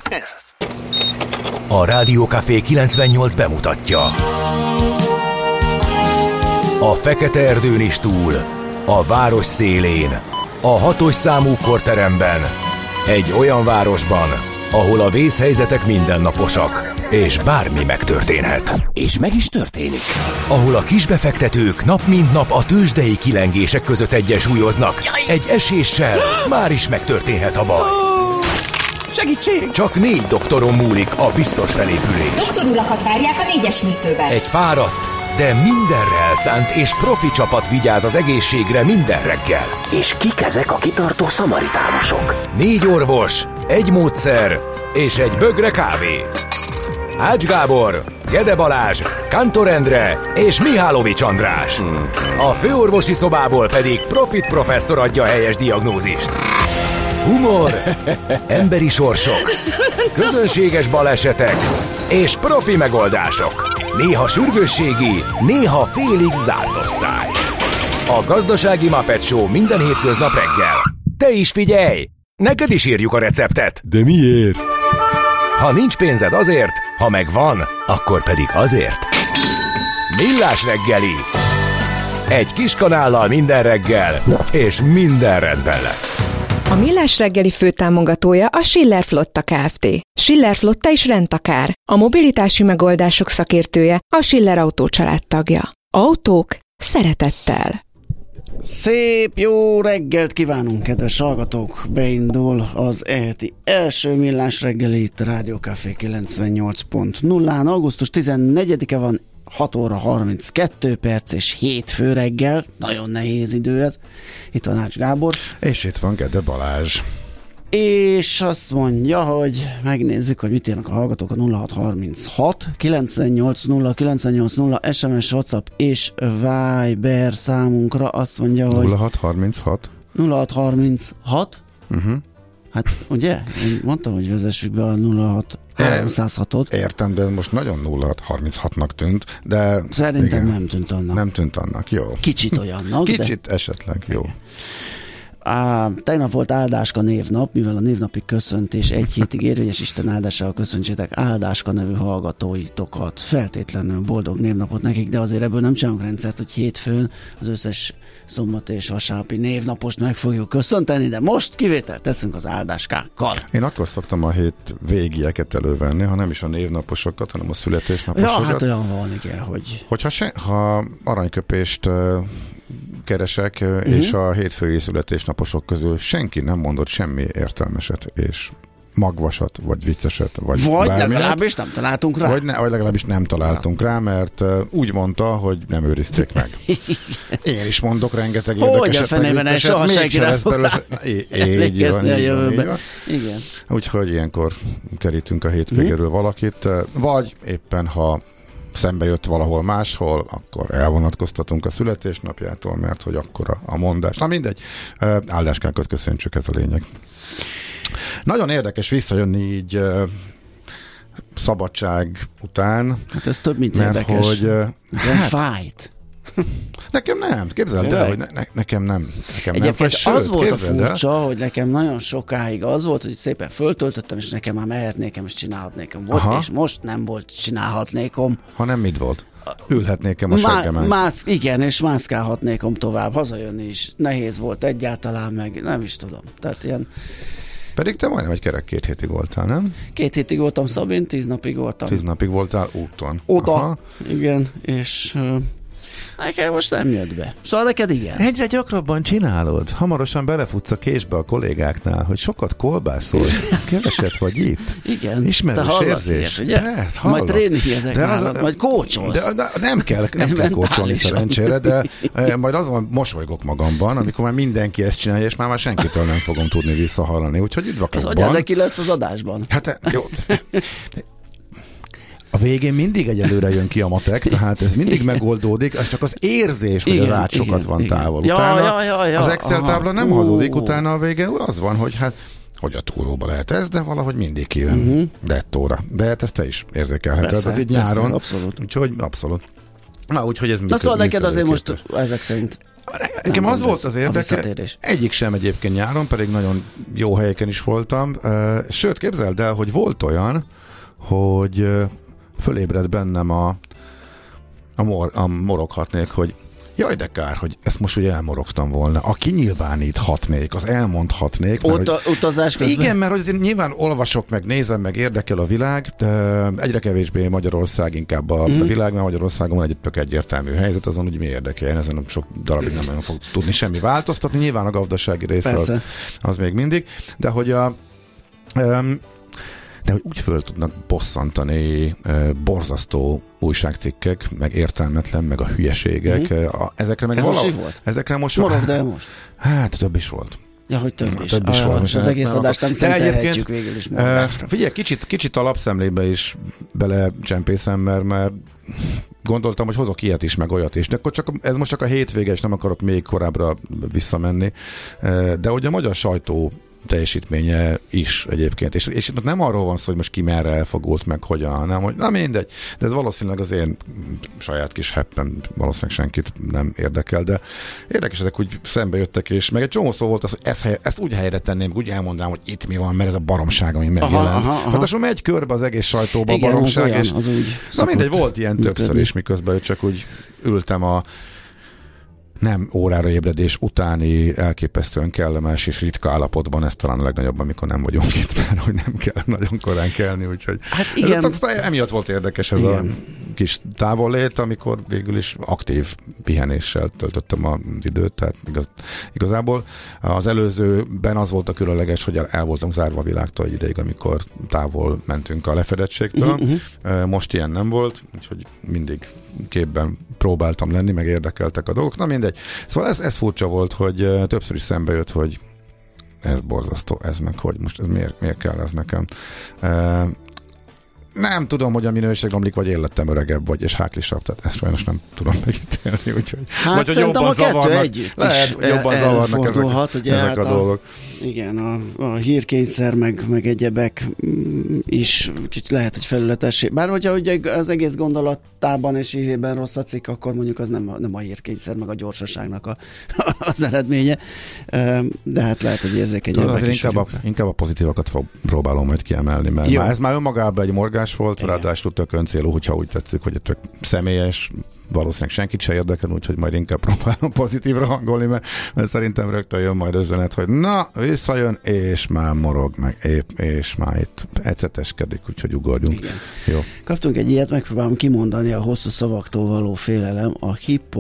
Ez az. A Rádió Café 98 bemutatja. A fekete erdőn is túl, a város szélén, a 6-os számú korteremben, egy olyan városban, ahol a vészhelyzetek mindennaposak, és bármi megtörténhet. És meg is történik. Ahol a kisbefektetők nap mint nap a tőzsdei kilengések között egyensúlyoznak. Egy eséssel már is megtörténhet a baj. Segítség! Csak 4 doktoron múlik a biztos felépülés. Doktorulakat várják a 4-es műtőben. Egy fáradt, de mindenre elszánt és profi csapat vigyáz az egészségre minden reggel. És kik ezek a kitartó szamaritánusok? 4 orvos, egy módszer és egy bögre kávé. Ács Gábor, Gede Balázs, Kántor Endre és Mihálovics András. A főorvosi szobából pedig Profit professzor adja a helyes diagnózist. Humor, emberi sorsok, közönséges balesetek és profi megoldások. Néha sürgősségi, néha félig zárt osztály. A Gazdasági Muppet Show minden hétköznap reggel. Te is figyelj! Neked is írjuk a receptet. De miért? Ha nincs pénzed azért, ha megvan, akkor pedig azért. Millás reggeli. Egy kis kanállal minden reggel, és minden rendben lesz. A Millás reggeli főtámogatója a Schiller Flotta Kft. Schiller Flotta is rendtakár. A mobilitási megoldások szakértője, a Schiller Autó család tagja. Autók szeretettel. Szép jó reggelt kívánunk, kedves hallgatók! Beindul az eheti első Millás reggeli itt a Rádió Café 98.0-án. Augusztus 14-e van, 6 óra 32 perc és hétfő reggel. Nagyon nehéz idő ez. Itt van Ács Gábor. És itt van Gede Balázs. És azt mondja, hogy megnézzük, hogy mit írnak a hallgatók a 0636 980 980 SMS, WhatsApp és Viber számunkra. Azt mondja, hogy 0636 0636 Hát ugye? Én mondtam, hogy vezessük be a 0636-ot. Értem, de ez most nagyon 0636-nak tűnt, de szerintem igen, nem tűnt annak. Nem tűnt annak, jó. Kicsit olyannak. Kicsit de esetleg, jó. Tegnap volt Áldáska névnap, mivel a névnapi köszöntés egy hétig érvényes, Isten áldásával köszöntsétek Áldáska nevű hallgatóitokat. Feltétlenül boldog névnapot nekik, de azért ebből nem csinálunk rendszert, hogy hétfőn az összes szombat és vasárnapi névnapost meg fogjuk köszönteni, de most kivételt teszünk az áldáskákkal. Én akkor szoktam a hét végieket elővenni, ha nem is a névnaposokat, hanem a születésnaposokat. Ja, hát olyan van, igen, hogy... Ha aranyköpést keresek, és a hétfői születésnaposok közül senki nem mondott semmi értelmeset, és magvasat, vagy vicceset, vagy legalábbis nem találtunk rá. Vagy legalábbis nem találtunk rá, mert úgy mondta, hogy nem őrizték meg. Én is mondok rengeteg érdekeset. Hogy a fenében ez soha senki nem fog emlékezni a jövőben. Igen. Úgyhogy ilyenkor kerítünk a hétvégéről valakit, vagy éppen ha szembe jött valahol máshol, akkor elvonatkoztatunk a születésnapjától, mert hogy akkor a mondás. Na mindegy, áldáskákat köszöntsük, ez a lényeg. Nagyon érdekes visszajönni így szabadság után. Hát ez több, mint érdekes. Hogy, fájt. Nekem nem, képzeld el, hogy nekem nem. Egyébként az volt a furcsa, hogy nekem nagyon sokáig az volt, hogy szépen föltöltöttem, és nekem már mehetnékem, és csinálhatnékom. Volt, és most nem volt csinálhatnékom. Hanem mit volt? Ülhetnékem a seggemen. Igen, és mászkálhatnékom tovább. Hazajönni is nehéz volt egyáltalán, meg nem is tudom. Tehát ilyen... Pedig te majdnem egy kerek 2 hétig voltál, nem? 2 hétig voltam Szabin, 10 napig voltam. 10 napig voltál úton. Oda, aha. Igen, és... nekem most nem jött be. Szóval neked igen. Egyre gyakrabban csinálod. Hamarosan belefutsz a késbe a kollégáknál, hogy sokat kolbászol, keveset vagy itt. Igen. Ismerős érzés. Ugye? Majd tréningezek nálad, majd kócsolsz. De nem kell kócsolni szerencsére, de majd azon mosolygok magamban, amikor már mindenki ezt csinálja, és már senkitől nem fogom tudni visszahallani. Úgyhogy itt az agyad neki lesz az adásban. Hát jó. A végén mindig egyelőre jön ki a matek, tehát ez mindig megoldódik, ez csak az érzés, hogy az át sokat van távol. Utána az Excel tábla nem hazudik, utána a vége az van, hogy hát hogy a túróba lehet ez, de valahogy mindig kijön dettóra. De hát ezt te is érzékelheted, ez így nyáron. Abszolút. Úgyhogy abszolút. Na, úgyhogy ez na szóval neked azért most ezek szerint Nekem az volt az érdeke, egyik sem egyébként nyáron, pedig nagyon jó helyeken is voltam. Sőt, képzeld el, hogy volt olyan, hogy fölébredt bennem a moroghatnék, hogy jaj, de kár, hogy ezt most ugye elmorogtam volna. A kinyilváníthatnék, az elmondhatnék. Utazás közben? Igen, mert hogy nyilván olvasok, meg nézem, meg érdekel a világ, de egyre kevésbé Magyarország, inkább a világ, mert Magyarországon van egy tök egyértelmű helyzet, azon úgy mi érdekel, ezen sok darabig nem nagyon fog tudni semmi változtatni. Nyilván a gazdasági része az még mindig, de hogy de hogy úgy föl tudnak bosszantani borzasztó újságcikkek, meg értelmetlen, meg a hülyeségek. Ezekre meg ez most volt? Ezekre most morog, de most? Hát több is volt. Ja, hogy több is volt. Most az egész adást nem szentelhetjük végül is morgásra. Figyelj, kicsit a lapszemlébe is belecsempészem, mert gondoltam, hogy hozok ilyet is, meg olyat is. De akkor ez most csak a hétvége, és nem akarok még korábbra visszamenni. De hogy a magyar sajtó teljesítménye is egyébként. És itt nem arról van szó, hogy most ki merre elfogult, meg hogyan, hanem hogy na mindegy. De ez valószínűleg az én saját kis heppem valószínűleg senkit nem érdekel, de érdekes, ezek úgy szembe jöttek, és meg egy csomó szó volt az, hogy ezt úgy helyre tenném, úgy elmondanám, hogy itt mi van, mert ez a baromság, ami megjelent. Hát azon megy körbe az egész sajtóba a baromság, az és na mindegy, volt ilyen többször is, miközben csak úgy ültem a nem órára ébredés utáni elképesztően kellemes és ritka állapotban, ez talán a legnagyobb, amikor nem vagyunk itt, mert hogy nem kell nagyon korán kelni, úgyhogy hát igen. Emiatt volt érdekes ez a kis távollét, amikor végül is aktív pihenéssel töltöttem az időt, tehát igazából az előzőben az volt a különleges, hogy el voltunk zárva a világtól egy ideig, amikor távol mentünk a lefedettségtől. Most ilyen nem volt, úgyhogy mindig képben próbáltam lenni, meg érdekeltek a dolgok. Na mindegy. Szóval ez furcsa volt, hogy többször is szembe jött, hogy ez borzasztó, ez meg hogy most ez miért kell ez nekem. Nem tudom, hogy a minőség romlik, vagy én lettem öregebb, vagy és háklisabb, tehát ezt sajnos nem tudom megítélni, úgyhogy hát vagy, hogy jobban zavarnak, lehet, jobban zavarnak ezek a dolgok. Igen, a hírkényszer, meg egyebek is lehet egy felületessé. Bár hogyha ugye az egész gondolatában és évében rossz a cikk, akkor mondjuk az nem a hírkényszer, meg a gyorsaságnak az eredménye. De hát lehet, hogy érzékenyebbek is. Inkább a pozitívakat próbálom majd kiemelni, mert ez már önmagában egy morgás volt, ráadásul tök öncélú, hogyha úgy tetszik, hogy tök személyes, valószínűleg senkit se érdekel, úgyhogy majd inkább próbálom pozitívra hangolni, mert szerintem rögtön jön majd üzenet, hogy na, visszajön, és már morog, meg és már itt eceteskedik, úgyhogy ugorjunk. Igen. Jó. Kaptunk egy ilyet, megpróbálom kimondani, a hosszú szavaktól való félelem, a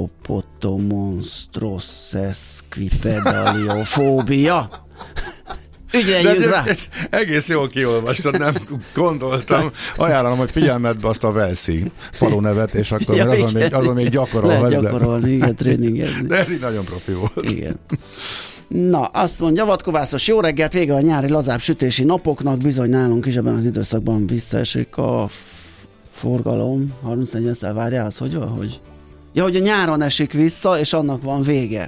hippopotomonstrosesquipedaliofóbia. Ügyeljünk rá! Egész jól kiolvastad, nem gondoltam. Ajánlom, hogy figyelmetbe azt a Velszi falu nevet, és akkor ja, azon még gyakorolhatsz. Lehet gyakorolni, igen, tréningezni. De ez így nagyon profi volt. Igen. Na, azt mondja, Vatkovászos, jó reggelt, vége a nyári lazább sütési napoknak, bizony nálunk is ebben az időszakban visszaesik a forgalom. 30-40-szer várjál, az hogy van? Hogy a nyáron esik vissza, és annak van vége.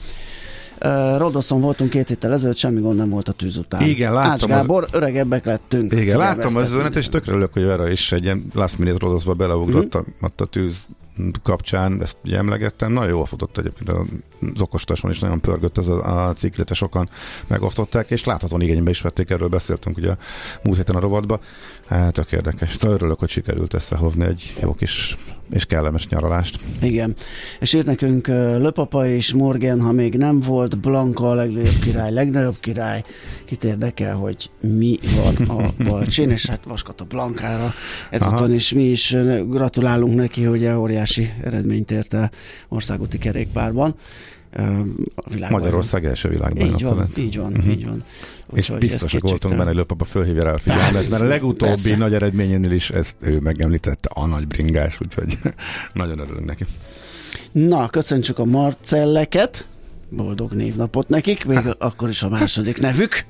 Rodoszon voltunk 2 héttel ezelőtt, semmi gond nem volt a tűz után. Igen, láttam. Ács Gábor, öregebbek lettünk. Igen, láttam az üzenet, és tökre örülök, hogy Vera is egy ilyen last minute Rodoszba beleugrott a tűz kapcsán, ezt ugye emlegettem, nagyon jól futott egyébként az okosutason is, nagyon pörgött ez a ciklet, sokan megosztották, és láthatóan igénybe is vették, erről beszéltünk ugye a múlt héten a rovatba. Tök érdekes. Szóval örülök, hogy sikerült összehozni egy jó kis és kellemes nyaralást. Igen. És írt nekünk Löpapa és Morgan, ha még nem volt, Blanka a legnagyobb király. Kit érdekel, hogy mi van a Balcsin, és hát vaskat a Blankára. Ezúton is mi is gratulálunk neki, hogy óriási eredményt ért el országúti kerékpárban. Magyarország első világbajnok. Így van. És biztosak voltunk benne, hogy Löpapa fölhívja rá a figyelmet, mert a legutóbbi nagy eredményénél is ezt ő megemlítette, a nagy bringás, úgyhogy nagyon örülünk neki. Na, köszöntsük a Marcelleket, boldog névnapot nekik, még akkor is a második nevük.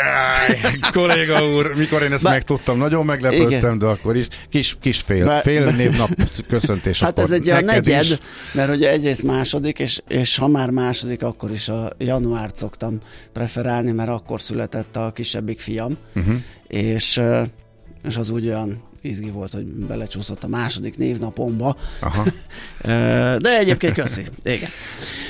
Kolléga úr, mikor én ezt megtudtam, nagyon meglepődtem, igen. De akkor is kis fél névnap köszöntés. Hát ez egy olyan negyed, is. Mert ugye egyrészt második, és ha már második, akkor is a januárt szoktam preferálni, mert akkor született a kisebbik fiam, és az úgy olyan izgi volt, hogy belecsúszott a második névnapomba. Aha. De egyébként köszi. Igen.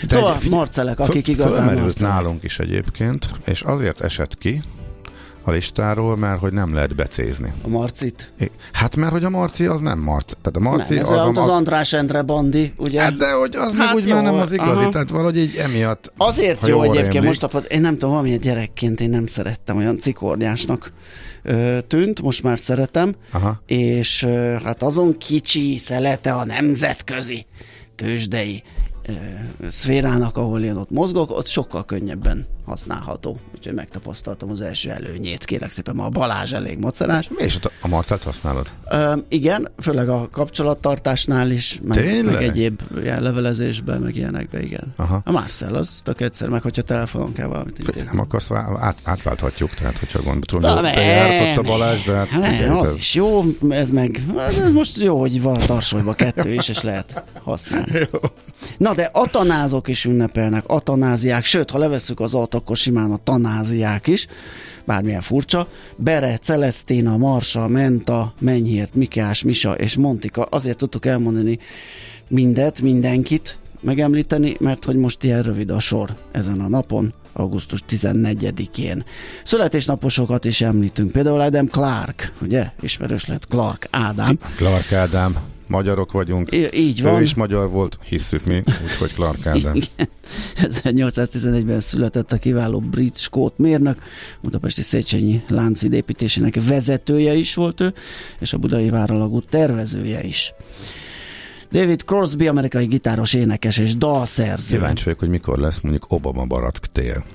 Szóval marcelek, akik igazán fölmerült nálunk is egyébként, és azért esett ki a listáról, mert hogy nem lehet becézni. A Marcit? Hát mert hogy a Marci az nem Marci. Tehát a Marci nem, az András Endre Bandi, ugye? Hát de hogy az meg úgy már nem az igazi, aha. Tehát valahogy így emiatt. Azért jó egyébként most, én nem tudom, valamilyen gyerekként én nem szerettem, olyan cikornyásnak tűnt, most már szeretem, aha. És hát azon kicsi szelete a nemzetközi tőzsdei szférának, ahol én ott mozgok, ott sokkal könnyebben használható. Úgyhogy megtapasztaltam az első előnyét. Kérlek szépen, ma a Balázs elég macerás. És a Marcelt használod? Igen, főleg a kapcsolattartásnál is, meg egyéb ilyen levelezésben, meg ilyenekben, igen. Aha. A Marcel az tök egyszer, meg hogyha telefonon kell valamit intézni. Nem akarsz, átválthatjuk, tehát hogyha gondolom, hogy bejárt ott a Balázs, de hát... Nem, az is jó, ez most jó, hogy van a tarsolyban 2 is, és lehet használni. Na, de atanázok is ünnepelnek, atanáziák, sőt, ha levesszük az alt, akkor simán a tanáziák is, bármilyen furcsa. Bere, Celesztina, Marsa, Menta, Menyhért, Mikás, Misa és Montika. Azért tudtuk elmondani mindenkit megemlíteni, mert hogy most ilyen rövid a sor ezen a napon, augusztus 14-én. Születésnaposokat is említünk, például Adam Clark, ugye? Ismerős lett Clark Ádám. Clark Ádám. Magyarok vagyunk. Így van. Ő is magyar volt, hisszük mi, úgyhogy Clark Ádám. 1811-ben született a kiváló brit-skót mérnök, budapesti Széchenyi Lánchíd építésének vezetője is volt ő, és a budai váralagú tervezője is. David Crosby, amerikai gitáros, énekes és dalszerző. Kíváncsi vagyok, hogy mikor lesz mondjuk Obama barack tél.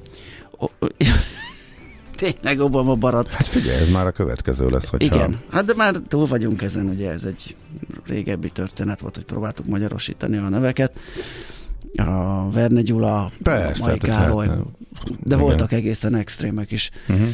Tényleg Obama barack. Hát figyelj, ez már a következő lesz, hogyha... Igen, hát de már túl vagyunk ezen, ugye ez egy régebbi történet volt, hogy próbáltuk magyarosítani a neveket. A Verne Gyula, persze, a Mai Károly, de igen. Voltak egészen extrémek is,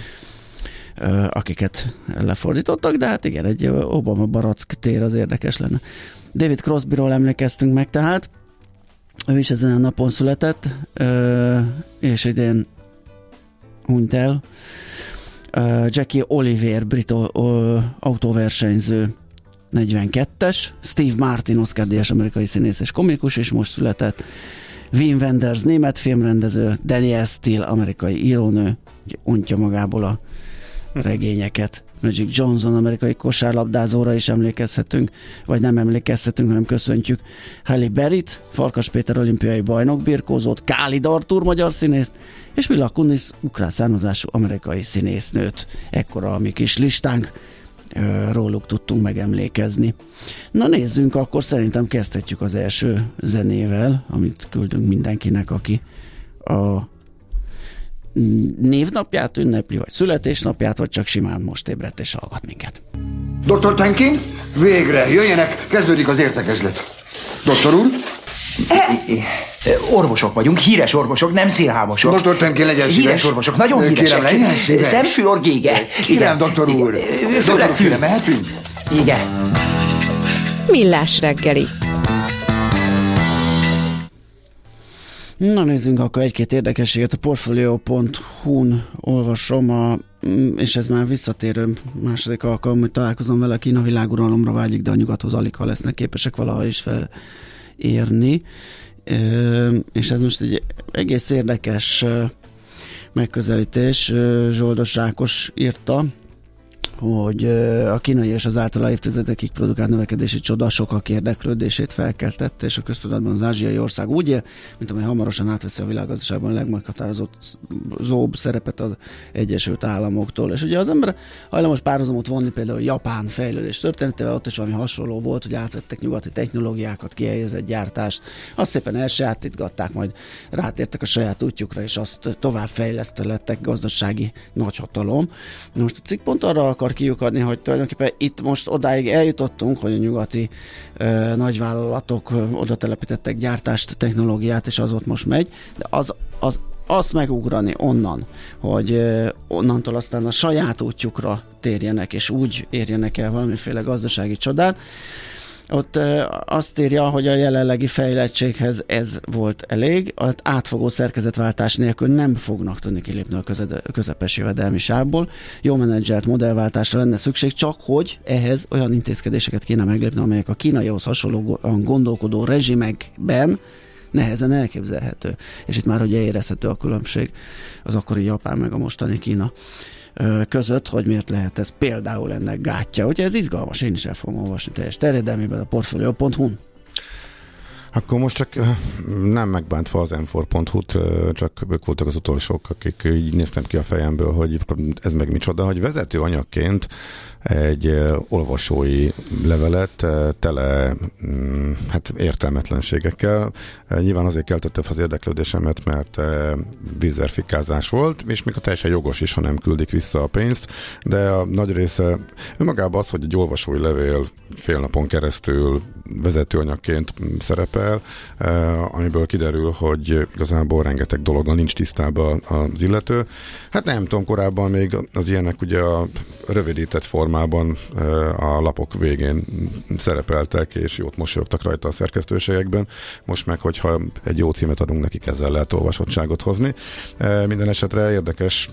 akiket lefordítottak, de hát igen, egy Obama barack tér az érdekes lenne. David Crosbyról emlékeztünk meg tehát, ő is ezen a napon született, és idén hunyt el. Jackie Oliver, brit autóversenyző, 42-es, Steve Martin, Oscar-díjas amerikai színész és komikus, és most született. Wim Wenders, német filmrendező, Danielle Steele, amerikai írónő, ontja magából a regényeket. Magic Johnson, amerikai kosárlabdázóra is emlékezhetünk, vagy nem emlékezhetünk, hanem köszöntjük. Halle Berryt, Farkas Péter olimpiai bajnok birkózót, Kálid Artúr magyar színészt, és Mila Kunis, ukrán származású amerikai színésznőt. Ekkora a mi kis listánk, róluk tudtunk megemlékezni. Na nézzünk, akkor szerintem kezdhetjük az első zenével, amit küldünk mindenkinek, aki a névnapját ünnepli, vagy születésnapját, vagy csak simán most ébredt és hallgat minket. Dr. Tenkin, végre, jöjjenek, kezdődik az értekezlet. Doktor úr? Orvosok vagyunk, híres orvosok, nem szélhámosok. Dr. Tenkin, legyen szíves. Híres orvosok, nagyon híresek. Kérem, legyen szíves. Szemfül, orgége. Kérem, doktor úr. Főleg fül. Mehetünk? Igen. Millás reggeli. Na nézzünk akkor egy-két érdekességet. A Portfolio.hu-n olvasom, és ez már visszatérő második alkalom, hogy találkozom vele. Kína világuralomra vágyik, de a nyugathoz alig ha lesznek képesek valaha is felérni. És ez most egy egész érdekes megközelítés. Zsoldos Ákos írta, hogy a kínai és az általa évtizedekig produkált növekedési csoda sokak érdeklődését felkeltette, és a köztudatban az ázsiai ország úgy él, mint amely hamarosan átveszi a világgazdaságban a legmeghatározóbb szerepet az Egyesült Államoktól. És ugye az ember hajlamos párhuzamot vonni például Japán fejlődés történetével, ott is valami hasonló volt, hogy átvettek nyugati technológiákat, kihelyezett gyártást, azt szépen elsajátítgatták, majd rátértek a saját útjukra, és azt továbbfejlesztve lettek gazdasági nagyhatalom. Most a cikk pont arra akar kiukadni, hogy tulajdonképpen itt most odáig eljutottunk, hogy a nyugati nagyvállalatok oda telepítettek gyártást, technológiát, és az ott most megy, de azt megugrani onnan, hogy onnantól aztán a saját útjukra térjenek, és úgy érjenek el valamiféle gazdasági csodát, ott azt írja, hogy a jelenlegi fejlettséghez ez volt elég, az átfogó szerkezetváltás nélkül nem fognak tudni kilépni a közepes jövedelmi sávból. Jó menedzselt modellváltásra lenne szükség, csak hogy ehhez olyan intézkedéseket kéne meglépni, amelyek a kínaihoz hasonlóan gondolkodó rezsimekben nehezen elképzelhető. És itt már ugye érezhető a különbség az akkori Japán meg a mostani Kína között, hogy miért lehet ez például ennek gátja. Ugye ez izgalmas, én is el fogom olvasni teljes terjedelmében a Portfolio.hu-n. Akkor most csak nem megbántva az m4.hu-t, csak ők voltak az utolsók, akik így néztem ki a fejemből, hogy ez meg micsoda, hogy vezető anyagként egy olvasói levelet tele értelmetlenségekkel. Nyilván azért keltette az érdeklődésemet, mert vízerfikázás volt, és még a teljesen jogos is, ha nem küldik vissza a pénzt, de a nagy része önmagában az, hogy egy olvasói levél fél napon keresztül vezetőanyagként szerepel, amiből kiderül, hogy igazából rengeteg dologgal nincs tisztában az illető. Hát nem tudom, korábban még az ilyenek ugye a rövidített formában a lapok végén szerepeltek, és jót mosolyogtak rajta a szerkesztőségekben. Most meg, hogyha egy jó címet adunk nekik, ezzel lehet olvasottságot hozni. Minden esetre érdekes,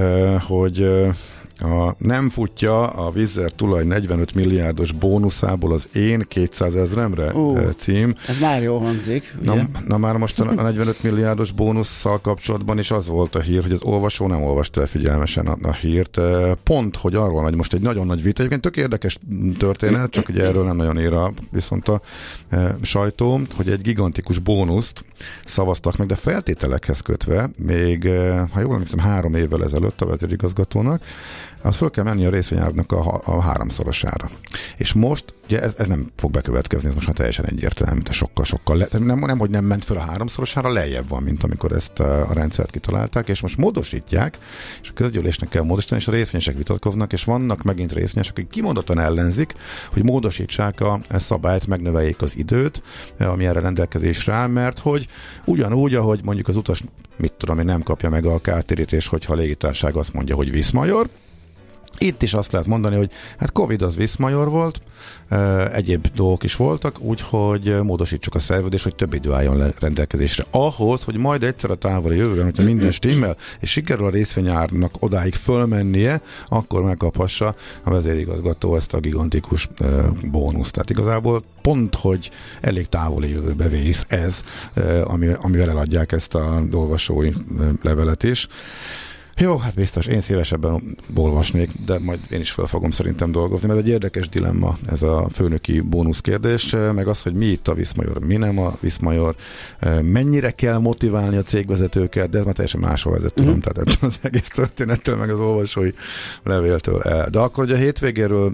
hogy nem futja a Wizz tulaj 45 milliárdos bónuszából az én 200 000-emre cím. Ez már jól hangzik. Na már most a 45 milliárdos bónusszal kapcsolatban is az volt a hír, hogy az olvasó nem olvasta el figyelmesen a hírt. Pont, hogy arról megy most egy nagyon nagy vita. Egyébként tök érdekes történet, csak ugye erről nem nagyon ír viszont a sajtó, hogy egy gigantikus bónuszt szavaztak meg, de feltételekhez kötve, még, ha jól emlékszem, 3 évvel ezelőtt a vezérigazgatónak, az föl kell menni a részvényárnak a 3-szorosára. És most, ugye ez nem fog bekövetkezni, ez most már teljesen egyértelmű, de sokkal nem, hogy nem ment föl a 3-szorosára, lejjebb van, mint amikor ezt a rendszert kitalálták, és most módosítják, és a közgyűlésnek kell módosítani, és a részvényesek vitatkoznak, és vannak megint részvényesek, akik kimondottan ellenzik, hogy módosítsák a szabályt, megnöveljék az időt, ami erre rendelkezésre áll, mert hogy ugyanúgy, ahogy mondjuk az utas, nem kapja meg a kártérítést, hogyha a légitársaság azt mondja, hogy Viszmajor. Itt is azt lehet mondani, hogy hát Covid az Viszmajor volt, egyéb dolgok is voltak, úgyhogy módosítsuk a szerződést, hogy több idő álljon rendelkezésre. Ahhoz, hogy majd egyszer a távoli jövőben, hogyha minden stimmel, és sikerül a részvényárnak odáig fölmennie, akkor megkaphassa a vezérigazgató ezt a gigantikus bónuszt. Tehát igazából pont, hogy elég távoli jövőbe vész ez, amivel eladják ezt a olvasói levelet is. Jó, hát biztos, én szívesebben olvasnék, de majd én is fel fogom szerintem dolgozni, mert egy érdekes dilemma ez a főnöki bónusz kérdés, meg az, hogy mi itt a Viszmajor, mi nem a Viszmajor, mennyire kell motiválni a cégvezetőket, de ez már teljesen máshol vezet, tudom, tehát az egész történettől, meg az olvasói levéltől el. De akkor ugye a hétvégéről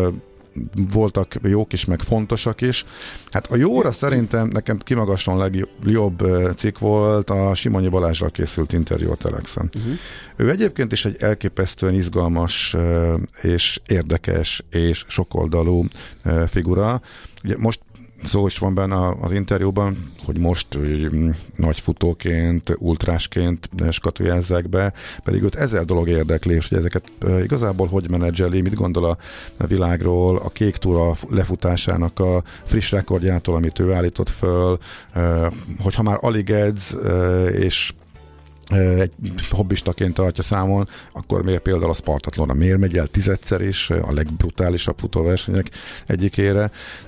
voltak jók is, meg fontosak is. Hát a jóra szerintem nekem kimagaslóan legjobb cikk volt a Simonyi Balázsral készült interjú a Telexen. Ő egyébként is egy elképesztően izgalmas és érdekes és sokoldalú figura. Ugye most szó is van benne az interjúban, hogy most nagy futóként, ultrásként skatujázzák be, pedig őt 1000 dolog érdekli, és hogy ezeket igazából hogy menedzseli, mit gondol a világról, a kék túra lefutásának a friss rekordjától, amit ő állított föl, hogyha már alig edz, és egy hobbistaként tartja számon, akkor miért például a Spartathlonra miért megy el 10-szer is, a legbrutálisabb futóversenyek egyikére,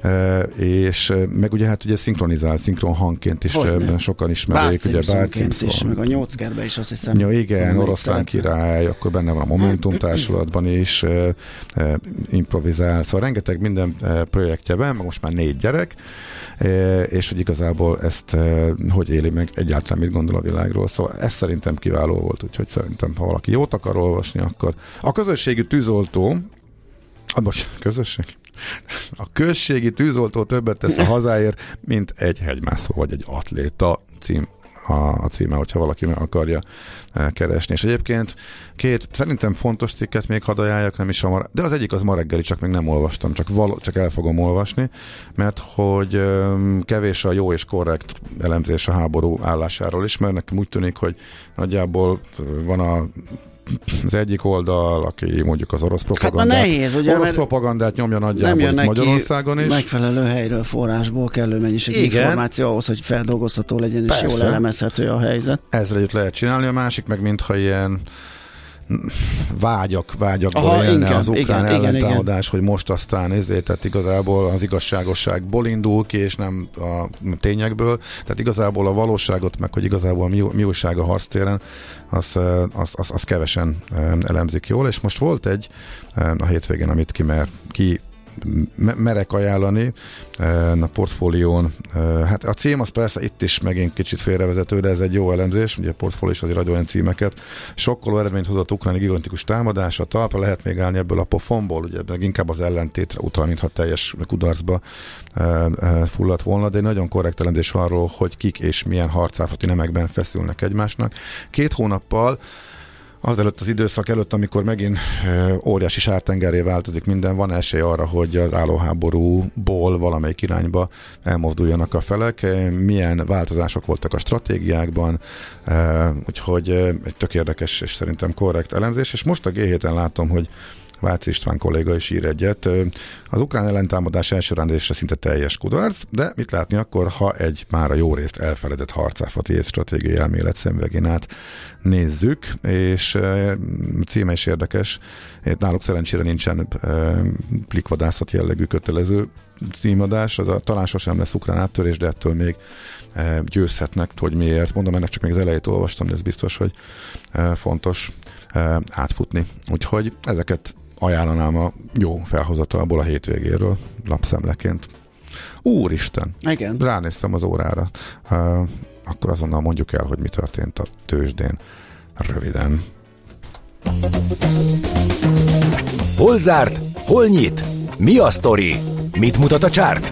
és meg ugye hát ugye szinkron hangként is sokan ismerik, ugye Bárcincon is, meg a Nyóckerbe is azt hiszem. Ja, igen, Oroszlán király, akkor benne van a Momentum társulatban is, improvizál, szóval rengeteg minden projektje van, most már 4 gyerek, és hogy igazából ezt hogy éli meg, egyáltalán mit gondol a világról, szóval ez szerintem kiváló volt, úgyhogy szerintem, ha valaki jót akar olvasni, akkor a közösségi tűzoltó, a községi tűzoltó többet tesz a hazáért, mint egy hegymászó, vagy egy atléta a címe, hogyha valaki meg akarja keresni. És egyébként 2 szerintem fontos cikket még hadd ajánljak, nem is de az egyik az ma reggeli, csak még nem olvastam, csak el fogom olvasni, mert hogy kevés a jó és korrekt elemzés a háború állásáról is, mert nekem úgy tűnik, hogy nagyjából van az egyik oldal, aki mondjuk az orosz propagandát, hát nehéz, ugye, propagandát nyomja nagyjából Magyarországon is. Megfelelő helyről, forrásból kellő mennyiségű információ ahhoz, hogy feldolgozható legyen, és jól elemezhető a helyzet. Ezzel együtt lehet csinálni, a másik meg mintha ilyen vágyakból élne az ukrán ellentámadás, hogy most aztán tehát igazából az igazságosságból indul ki, és nem a tényekből. Tehát igazából a valóságot, meg hogy igazából mi újság a harctéren, az kevesen elemzik jól, és most volt egy a hétvégén, amit merek ajánlani a portfólión. Hát a cím az persze itt is megint kicsit félrevezető, de ez egy jó elemzés, ugye a portfólió is azért adja olyan címeket. Sokkoló eredményt hozott ukrán gigantikus támadás, a talpra lehet még állni ebből a pofonból, ugye meg inkább az ellentétre utal, mintha teljes kudarcba fulladt volna, de egy nagyon korrekt elemzés arról, hogy kik és milyen harcászati nemekben feszülnek egymásnak. 2 hónappal azelőtt az időszak előtt, amikor megint óriási sártengerré változik minden, van esély arra, hogy az állóháborúból valamelyik irányba elmozduljanak a felek. Milyen változások voltak a stratégiákban, úgyhogy egy tök érdekes és szerintem korrekt elemzés, és most a G7-en látom, hogy Váci István kolléga is ír egyet. Az ukrán ellentámadás első rendezésre szinte teljes kudarc, de mit látni akkor, ha egy már a jó részt elfeledett harcászati és stratégiai elmélet szemüvegén át nézzük, és címe is érdekes. Náluk szerencsére nincsen plikvadászat jellegű kötelező címadás, talán sosem lesz ukrán áttörés, de ettől még győzhetnek, hogy miért. Mondom, ennek csak még az elejét olvastam, de ez biztos, hogy fontos átfutni. Úgyhogy ezeket ajánlanám a jó felhozatalból a hétvégéről lapszemleként. Úristen! Igen. Ránéztem az órára. Akkor azonnal mondjuk el, hogy mi történt a tőzsdén. Röviden. Hol zárt? Hol nyit? Mi a sztori? Mit mutat a csárt?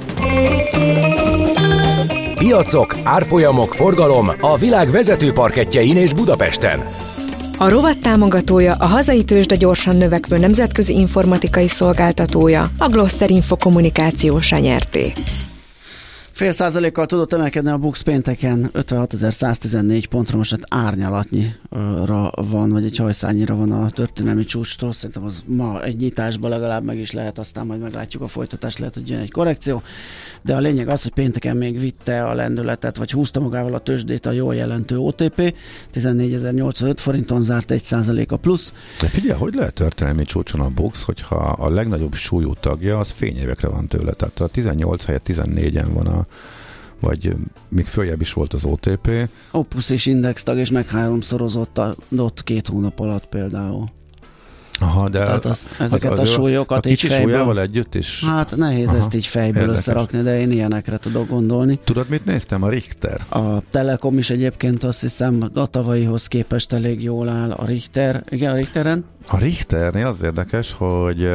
Piacok, árfolyamok, forgalom a világ vezető parkettjein és Budapesten. A rovat támogatója, a hazai tőzsde gyorsan növekvő nemzetközi informatikai szolgáltatója, a Gloster Info Kommunikációs nyerté. 0,5%-kal tudott emelkedni a BUX pénteken, 56.114 pontra, most árnyalatnyira van, vagy egy hajszányira van a történelmi csúcstól. Szerintem az ma egy nyitásban legalább meg is lehet, aztán majd meglátjuk a folytatást, lehet, hogy jön egy korrekció. De a lényeg az, hogy pénteken még vitte a lendületet, vagy húzta magával a tőzsdét a jól jelentő OTP, 14.085 forinton zárt 1%-a plusz. De figyelj, hogy lehet történelmi csúcson a BUX, hogyha a legnagyobb súlyú tagja, az fényévekre van tőle, tehát a 18 helyett 14-en van vagy még följebb is volt az OTP. Opus és Index tag, és meg 3-szorozott 2 hónap alatt például. Aha, de tehát ezeket a súlyokat a kicsi súlyával együtt is? Hát nehéz ezt így fejből érdekes összerakni, de én ilyenekre tudok gondolni. Tudod, mit néztem? A Richter. A Telekom is egyébként azt hiszem a tavalyihoz képest elég jól áll. A Richter, igen, a Richteren? A Richternél az érdekes, hogy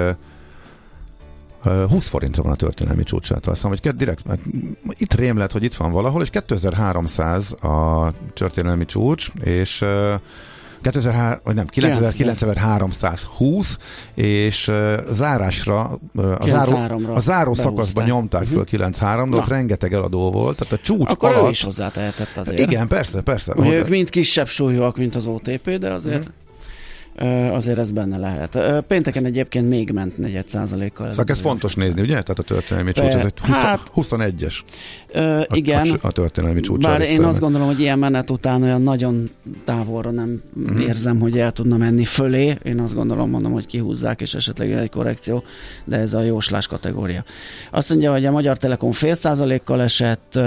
20 forintra van a történelmi csúcsától. Azt mondom, hogy direkt, itt rémlet, hogy itt van valahol, és 2300 a történelmi csúcs, és 9320, és zárásra a záró szakaszban nyomták föl 9.3, de ott rengeteg eladó volt, tehát a csúcs akkor alatt... ő is hozzátehetett azért. Igen, persze. Ugye ők mind kisebb súlyúak, mint az OTP, de azért ez benne lehet. Pénteken egyébként még ment 4%-kal. Szóval ez fontos nézni, ugye? Tehát a történelmi csúcs, ez egy 21-es. Igen. A történelmi csúcs. Bár én azt gondolom, hogy ilyen menet után olyan nagyon távolra nem érzem, hogy el tudna menni fölé. Én azt mondom, hogy kihúzzák, és esetleg egy korrekció, de ez a jóslás kategória. Azt mondja, hogy a Magyar Telekom 0,5%-kal esett,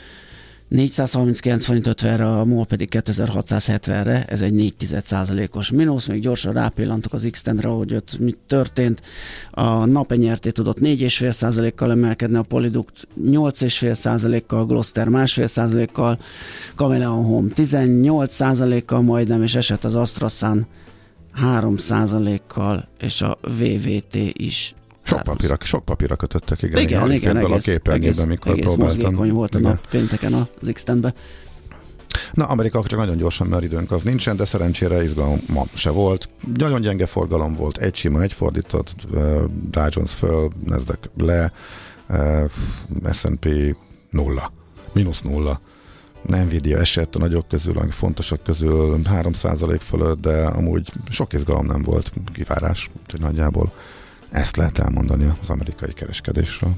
439 forint 50-re, a MOL pedig 2670-re, ez egy 4,1%-os mínusz, még gyorsan rápillantok az X-Tendre, hogy ott mi történt. A NAP nyerté tudott 4,5%-kal emelkedni, a Polyduct 8,5%-kal, Gloster 1,5%-kal, Kameleon Home 18%-kal majdnem, és esett az AstraZan 3%-kal, és a VVT is. Sok papírra kötöttek, igen. Igen, egész mozgékony volt a nap pénteken az X-Tenbe. Na, Amerika csak nagyon gyorsan, mert időnk az nincsen, de szerencsére izgalom ma se volt. Nagyon gyenge forgalom volt, egy sima, egy fordított, Dow Jones föl, Nasdaq le, S&P 0, -0. Nvidia esett a nagyok közül, a fontosak közül 3% fölött, de amúgy sok izgalom nem volt, kivárás, úgyhogy nagyjából ezt lehet elmondani az amerikai kereskedésről.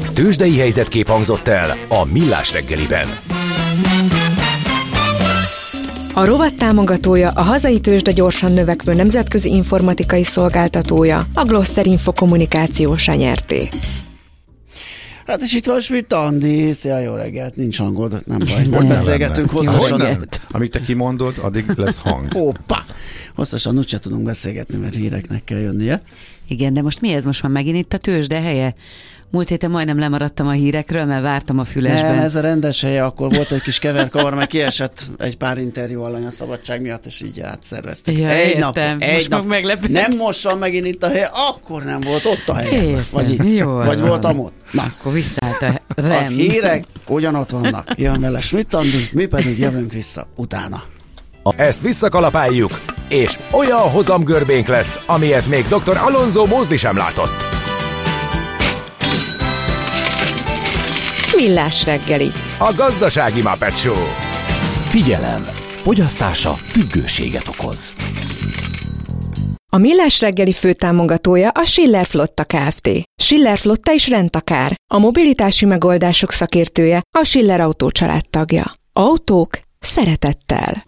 Tőzsdei helyzetkép hangzott el a Millás reggeliben. A rovat támogatója a hazai tőzsde gyorsan növekvő nemzetközi informatikai szolgáltatója, a Gloster Info kommunikációs nyerté. Hát és itt van Schmidt Andi, szia, jó reggelt, nincs hangod, nem baj, nem beszélgetünk hosszasan. Amíg te kimondod, addig lesz hang. Hoppá! Hosszasan úgyse tudunk beszélgetni, mert híreknek kell jönnie. Igen, de most mi ez? Most már megint itt a tőzsde helye? Múlt héten majdnem lemaradtam a hírekről, mert vártam a fülesben. Nem, ez a rendes helye, akkor volt egy kis keverkavar, mert kiesett egy pár interjú alany a szabadság miatt, és így átszerveztek. Ja, egy értem. nap, egy nap. Nem most van megint itt a hely, akkor nem volt ott a hely. Vagy itt, jó, vagy voltam ott. Na. Akkor visszaállt a rend. A hírek ugyanott vannak. Jön vele Schmidt Andi, mi pedig jövünk vissza utána. Ezt visszakalapáljuk, és olyan hozamgörbénk lesz, amilyet még dr. Alonso Mózdi sem látott. Millás reggeli. A gazdasági Muppet Show. Figyelem! Fogyasztása függőséget okoz. A Millás reggeli főtámogatója a Schiller Flotta Kft. Schiller Flotta is rendtakár. A mobilitási megoldások szakértője, a Schiller Autó családtagja. Autók szeretettel.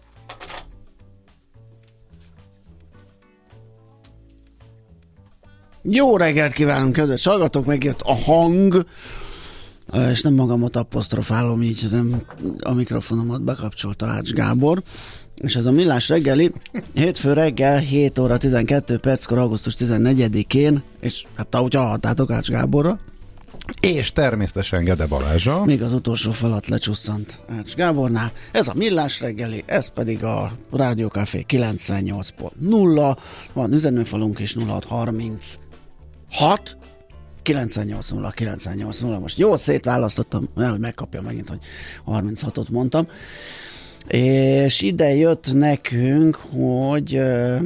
Jó reggelt kívánunk, kedves hallgatók, megjött a hang, és nem magamat apostrofálom, így nem a mikrofonomat bekapcsolta Ács Gábor, és ez a Millás reggeli hétfő reggel 7 óra 12 perckor augusztus 14-én, és hát ahogy hallhattátok Ács Gáborra, és természetesen Gede Balázsa. még az utolsó falat lecsusszant Ács Gábornál. Ez a Millás reggeli, ez pedig a Rádió Café 98.0, van üzenőfalunk is 0630 980 most jól szétválasztottam, hogy megkapja megint, hogy 36-ot mondtam, és ide jött nekünk, hogy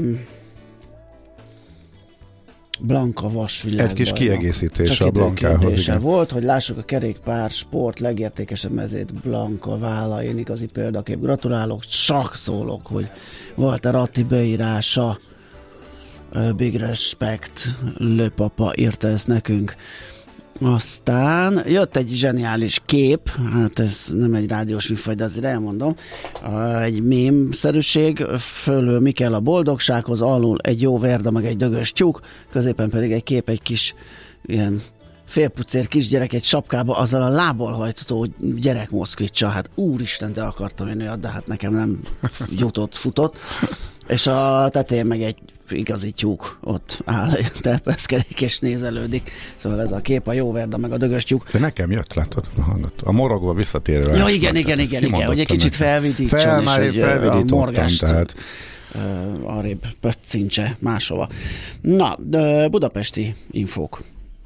Blanka vasvilágban. Egy kis kiegészítés a Blankához. Volt, hogy lássuk a kerékpár sport legértékesebb mezét Blanka vállal. Én igazi példakép. Gratulálok, csak szólok, hogy Walter Atti beírása. Big respect, Lőpapa írta ezt nekünk. Aztán jött egy zseniális kép, hát ez nem egy rádiós műfaj, de azért elmondom, egy mémszerűség, fölül mi kell a boldogsághoz, alul egy jó verda, meg egy dögös tyúk, középen pedig egy kép, egy kis ilyen félpucér kisgyerek egy sapkába, azzal a lábbal hajtható gyerek moszkvicsa, hát úristen, de akartam én olyat, de hát nekem nem jutott, futott, és a tetején meg egy igazi tyúk ott áll, terpeszkedik és nézelődik. Szóval ez a kép, a jó verda, meg a dögös tyúk. De nekem jött, látod, a morogva visszatérő. Ja, igen, hogy egy kicsit felvidítson, és hogy a morgást tehát arrébb pöccintse máshova. Na, budapesti infók.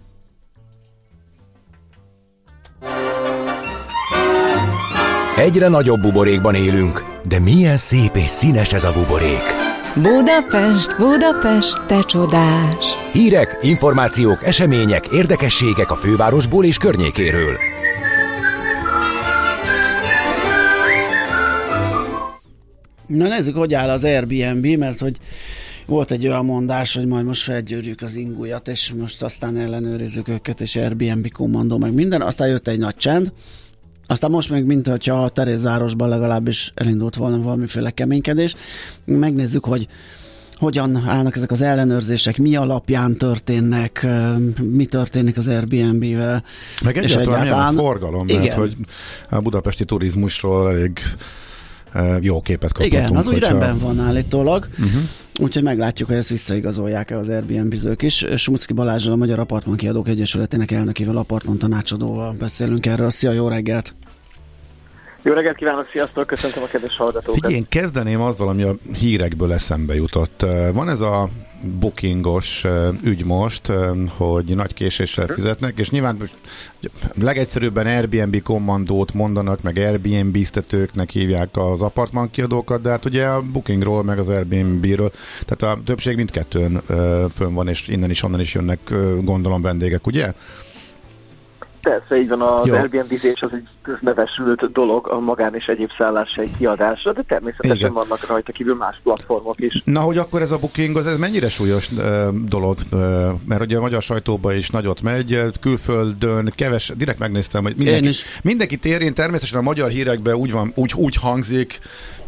Egyre nagyobb buborékban élünk, de milyen szép és színes ez a buborék. Budapest, Budapest, te csodás! Hírek, információk, események, érdekességek a fővárosból és környékéről. Na nézzük, hogy áll az Airbnb, mert hogy volt egy olyan mondás, hogy majd most felgyűrjük az ingujat, és most aztán ellenőrizzük őket, és Airbnb kommandó, meg minden. Aztán jött egy nagy csend, aztán most még, mint hogyha a Terézvárosban legalábbis elindult volna valamiféle keménykedés. Megnézzük, hogy hogyan állnak ezek az ellenőrzések, mi alapján történnek, mi történik az Airbnb-vel. Meg egyáltalán milyen a forgalom, mert hogy a budapesti turizmusról elég jó képet kaphatunk. Igen, az úgy rendben van állítólag. Úgyhogy meglátjuk, hogy ezt visszaigazolják-e az Airbnb-zők is. Smucki Balázsral, a Magyar Apartman Kiadók Egyesületének elnökével, apartman tanácsadóval beszélünk erről. Szia, jó reggelt! Jó reggelt kívánok, sziasztok, köszöntöm a kedves hallgatókat. Figyelj, én kezdeném azzal, ami a hírekből eszembe jutott. Van ez a bookingos ügy most, hogy nagy késéssel fizetnek, és nyilván most legegyszerűbben Airbnb kommandót mondanak, meg Airbnb-ztetőknek hívják az apartmankiadókat, de hát ugye a bookingról, meg az Airbnb-ről, tehát a többség mindkettőn fönn van, és innen is, onnan is jönnek, gondolom, vendégek, ugye? Persze, így van, az Airbnb-zés az egy közbevesült dolog a magán és egyéb szállásai kiadásra, de természetesen igen, vannak rajta kívül más platformok is. Na, hogy akkor ez a booking, ez mennyire súlyos dolog? Mert ugye a magyar sajtóban is nagyot megy, külföldön direkt megnéztem, hogy mindenkit érint, természetesen a magyar hírekben úgy hangzik,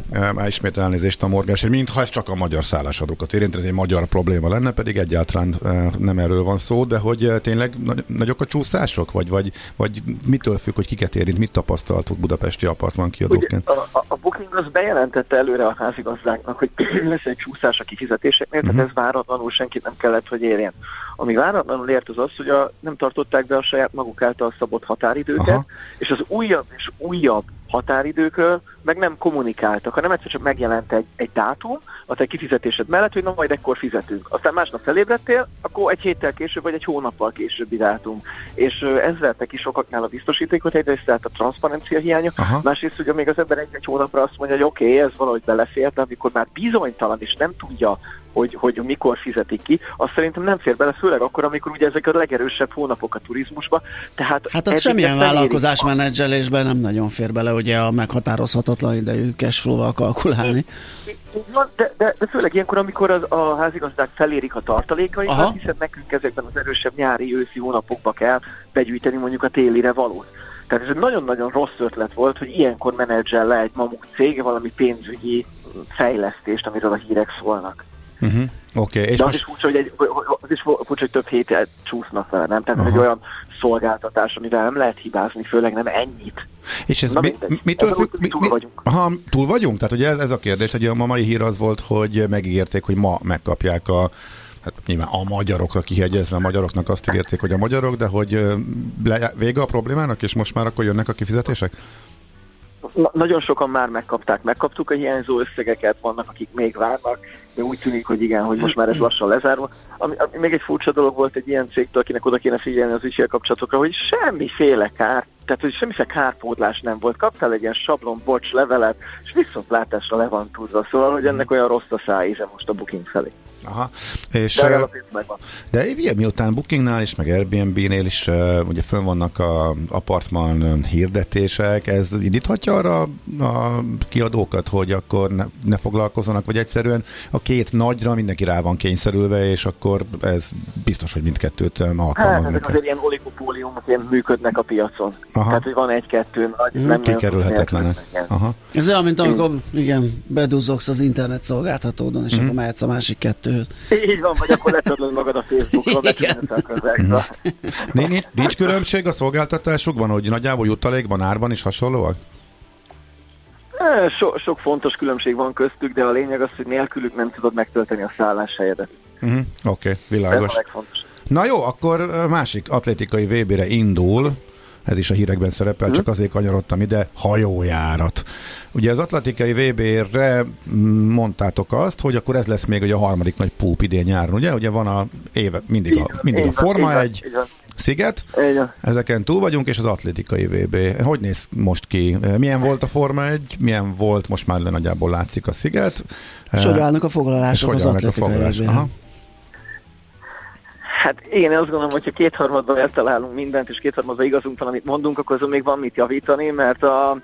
ismét elnézést a morgás, hogy mintha ez csak a magyar szállásadókat érint, ez egy magyar probléma lenne, pedig egyáltalán nem erről van szó, de hogy tényleg nagyok a csúszások, vagy mitől függ, hogy kiket érint, mit tapasztaltuk budapesti apartman kiadóként? A Booking az bejelentette előre a házigazdáknak, hogy lesz egy csúszás a kifizetéseknél, tehát ez váratlanul senkit nem kellett, hogy érjen. Ami váratlanul ért az az, hogy nem tartották be a saját maguk által szabott határidőket, és az újabb és újabb határidőkről meg nem kommunikáltak, hanem egyszer csak megjelent egy dátum a te kifizetésed mellett, hogy na majd ekkor fizetünk. Aztán másnap felébredtél, akkor egy héttel később, vagy egy hónappal későbbi dátum. És ez verte ki sokaknál a biztosítékot, egyrészt tehát a transzparencia hiánya, másrészt ugye még az ember egy hónapra azt mondja, hogy oké, ez valahogy belefér, de amikor már bizonytalan és nem tudja, hogy mikor fizetik ki, azt szerintem nem fér bele, főleg akkor, amikor ugye ezek a legerősebb hónapok a turizmusba. Tehát hát az semmilyen vállalkozásmenedzselésben nem nagyon fér bele, ugye a meghatározhatatlan idejű cashflow-val kalkulálni. De főleg ilyenkor, amikor a házigazdák felérik a tartalékaikat, hiszen nekünk ezekben az erősebb nyári-őszi hónapokba kell begyűjteni mondjuk a télire valót. Tehát ez egy nagyon-nagyon rossz ötlet volt, hogy ilyenkor menedzsel le egy mamut cég valami pénzügyi fejlesztést, amiről a hírek szólnak. Okay, és de az is furcsa, hogy több hétet csúsznak vele, nem? Tehát egy olyan szolgáltatás, amivel nem lehet hibázni, főleg nem ennyit. És ez mitől függ? Túl vagyunk. Túl vagyunk? Tehát ugye ez a kérdés, hogy a mai hír az volt, hogy megígérték, hogy ma megkapják hát nyilván a magyarokra kihegyezve, a magyaroknak azt ígérték, hogy a magyarok, de hogy vége a problémának, és most már akkor jönnek a kifizetések? Nagyon sokan már megkaptuk a hiányzó összegeket, vannak, akik még várnak, de úgy tűnik, hogy igen, hogy most már ez lassan lezárva. Ami még egy furcsa dolog volt egy ilyen cégtől, akinek oda kéne figyelni az ügyfélkapcsolatokra, hogy semmiféle kárpótlás nem volt. Kaptál egy ilyen sablon bocs levelet, és viszontlátásra le van tudva. Szóval, hogy ennek olyan rossz a szájíze most a Booking felé. Aha. És, de miután Bookingnál is, meg Airbnb-nél is ugye fönn vannak a apartman hirdetések, ez indíthatja arra a kiadókat, hogy akkor ne foglalkozzanak, vagy egyszerűen a két nagyra mindenki rá van kényszerülve, és akkor ez biztos, hogy mindkettőt alkalmazni. Hát ezek azért ilyen oligopóliumként működnek a piacon. Tehát, hogy van egy-kettő nagy, nem kikerülhetetlenek. Ez olyan, mint amikor bedúzogsz az internet szolgáltatódon, és akkor mehetsz a másik kettőhöz. Így van, vagy akkor letörlöd magad a Facebookról, betűnöd a közegbe. Nincs különbség a szolgáltatásukban, hogy nagyjából jutalékban, árban is hasonlóak? Sok fontos különbség van köztük, de a lényeg az, hogy nélkülük nem tudod megtölteni a szálláshelyedet. Oké, világos. Na jó, akkor másik atlétikai VB-re indul, ez is a hírekben szerepel, csak azért kanyarodtam ide, hajójárat. Ugye az atlétikai VB-re mondtátok azt, hogy akkor ez lesz még ugye a harmadik nagy púp idén nyáron, ugye? Ugye van mindig a Forma 1 sziget, ezeken túl vagyunk, és az atlétikai VB. Hogy néz most ki? Milyen volt a Forma 1? Milyen volt, most már nagyjából látszik a sziget? És hogy állnak a foglalások az atlétikai VB-re? Hát én azt gondolom, hogyha kétharmadban eltalálunk mindent, és kétharmadban igazunk van, amit mondunk, akkor azon még van mit javítani, mert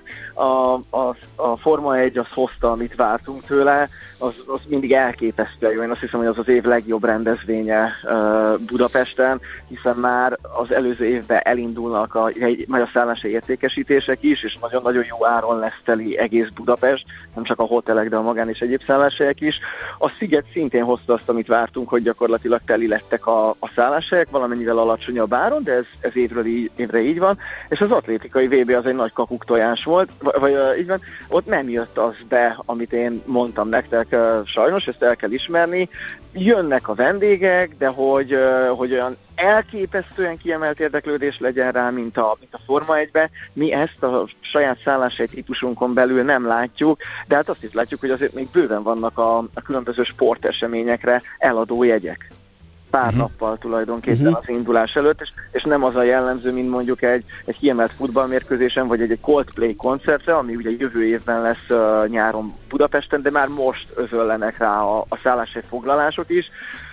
a Forma 1 az hozta, amit vártunk tőle, az mindig elképesztően jó. Én azt hiszem, hogy az az év legjobb rendezvénye Budapesten, hiszen már az előző évben elindulnak a szállási értékesítések is, és nagyon-nagyon jó áron lesz teli egész Budapest, nem csak a hotelek, de a magán és egyéb szálláshelyek is. A Sziget szintén hozta azt, amit vártunk, hogy gyakorlatilag teli lettek a szálláshelyek, valamennyivel alacsonyabb áron, de ez évről évre így van, és az atlétikai VB az egy nagy kakuktojás volt, vagy így van, ott nem jött az be, amit én mondtam nektek, sajnos, ezt el kell ismerni, jönnek a vendégek, de hogy olyan elképesztően kiemelt érdeklődés legyen rá, mint a Forma 1-be. Mi ezt a saját szálláshely típusunkon belül nem látjuk, de hát azt is látjuk, hogy azért még bőven vannak a különböző sporteseményekre eladó jegyek. Pár nappal tulajdonképpen az indulás előtt, és nem az a jellemző, mint mondjuk egy kiemelt futballmérkőzésen, vagy egy Coldplay koncertre, ami ugye jövő évben lesz nyáron Budapesten, de már most özöllenek rá a szálláshely foglalások is.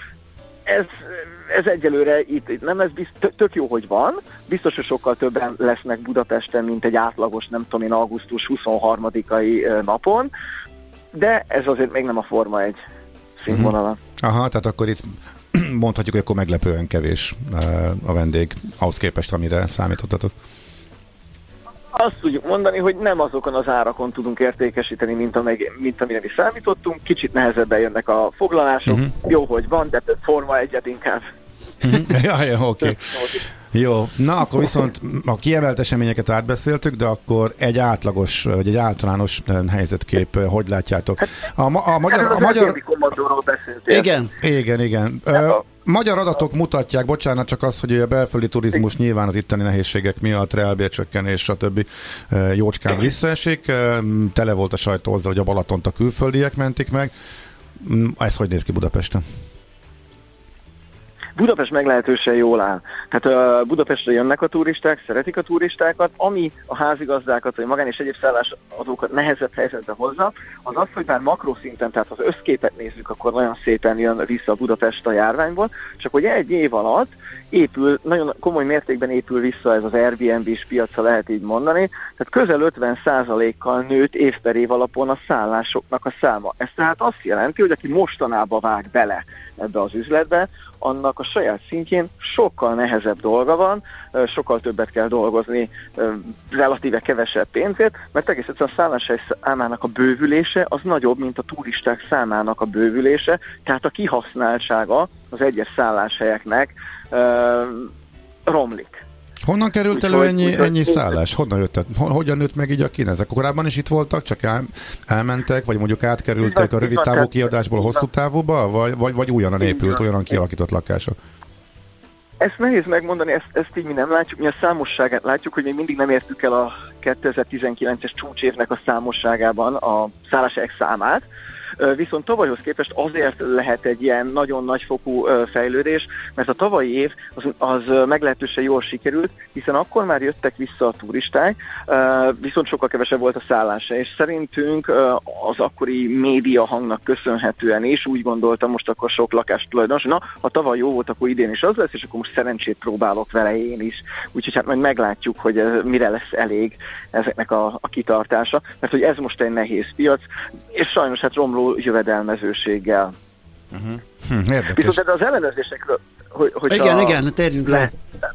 Ez egyelőre itt nem lesz tök jó, hogy van. Biztos, hogy sokkal többen lesznek Budapesten, mint egy átlagos, nem tudom én, augusztus 23-ai napon, de ez azért még nem a Forma 1 színvonala. Aha, tehát akkor itt mondhatjuk, hogy akkor meglepően kevés a vendég ahhoz képest, amire számítottatok. Azt tudjuk mondani, hogy nem azokon az árakon tudunk értékesíteni, mint amire mi számítottunk. Kicsit nehezebben jönnek a foglalások. Jó, hogy van, de Forma 1-et inkább. Ja, oké. Jó, na akkor viszont a kiemelt eseményeket átbeszéltük, de akkor egy átlagos, vagy egy általános helyzetkép, hogy látjátok? A magyar... Igen. Magyar adatok mutatják, bocsánat, csak az, hogy a belföldi turizmus nyilván az itteni nehézségek miatt, reálbércsökkenés, stb. Jócskán visszaesik. Tele volt a sajtó azzal, hogy a Balatont a külföldiek mentik meg. Ez hogy néz ki Budapesten? Budapest meglehetősen jól áll. Tehát Budapestre jönnek a turisták, szeretik a turistákat, ami a házigazdákat, vagy magán és egyéb szállásadókat nehezebb helyzetbe hozza, az az, hogy már makroszinten, tehát az összképet nézzük, akkor nagyon szépen jön vissza Budapest a járványból, csak hogy egy év alatt épül, nagyon komoly mértékben épül vissza ez az Airbnb-s piacra, lehet így mondani, tehát közel 50%-kal nőtt év per év alapon a szállásoknak a száma. Ez tehát azt jelenti, hogy aki mostanában vág bele ebbe az üzletbe, annak a saját szintjén sokkal nehezebb dolga van, sokkal többet kell dolgozni relatíve kevesebb pénzért, mert egész egyszerűen a szálláshely számának a bővülése az nagyobb, mint a turisták számának a bővülése, tehát a kihasználtsága az egyes szálláshelyeknek romlik. Honnan került elő ennyi szállás? Hogyan nőtt meg így a Ezek korábban is itt voltak, csak elmentek, vagy mondjuk átkerültek a rövid távú kiadásból a hosszú távúba, vagy újonnan épült, olyanan kialakított lakások? Ezt nehéz megmondani, ezt így mi nem látjuk, mi a számosságát látjuk, hogy még mindig nem értük el a 2019-es csúcsévnek a számosságában a szálláshelyek számát, viszont tavalyhoz képest azért lehet egy ilyen nagyon nagyfokú fejlődés, mert a tavalyi év az meglehetősen jól sikerült, hiszen akkor már jöttek vissza a turisták, viszont sokkal kevesebb volt a szálláshely, és szerintünk az akkori média hangnak köszönhetően is úgy gondoltam, most akkor sok lakástulajdonos, na, ha tavaly jó volt, akkor idén is az lesz, és akkor most szerencsét próbálok vele én is. Úgyhogy hát majd meglátjuk, hogy mire lesz elég ezeknek a kitartása, mert hogy ez most egy nehéz piac, és sajnos hát romló jövedelmezőséggel. Viszont az ellenőrzésekről, igen, térjünk le.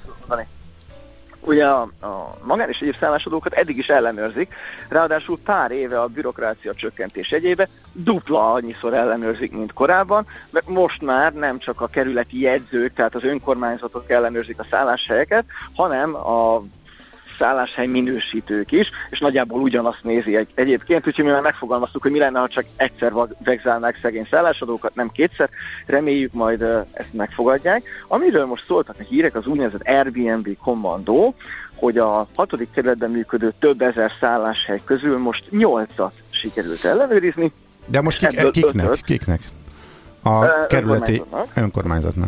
Ugye a magán és egyéb szállásadókat eddig is ellenőrzik, ráadásul pár éve a bürokrácia csökkentés egyébe dupla annyiszor ellenőrzik, mint korábban, mert most már nem csak a kerületi jegyzők, tehát az önkormányzatok ellenőrzik a szálláshelyeket, hanem a szálláshely minősítők is, és nagyjából ugyanazt nézi egyébként, úgyhogy mi már megfogalmaztuk, hogy mi lenne, ha csak egyszer vegzálnák szegény szállásadókat, nem kétszer, reméljük majd ezt megfogadják. Amiről most szóltak a hírek, az úgynevezett Airbnb kommandó, hogy a 6. kerületben működő több ezer szálláshely közül most 8-at sikerült ellenőrizni. De most kiknek? A kerületi önkormányzatnak.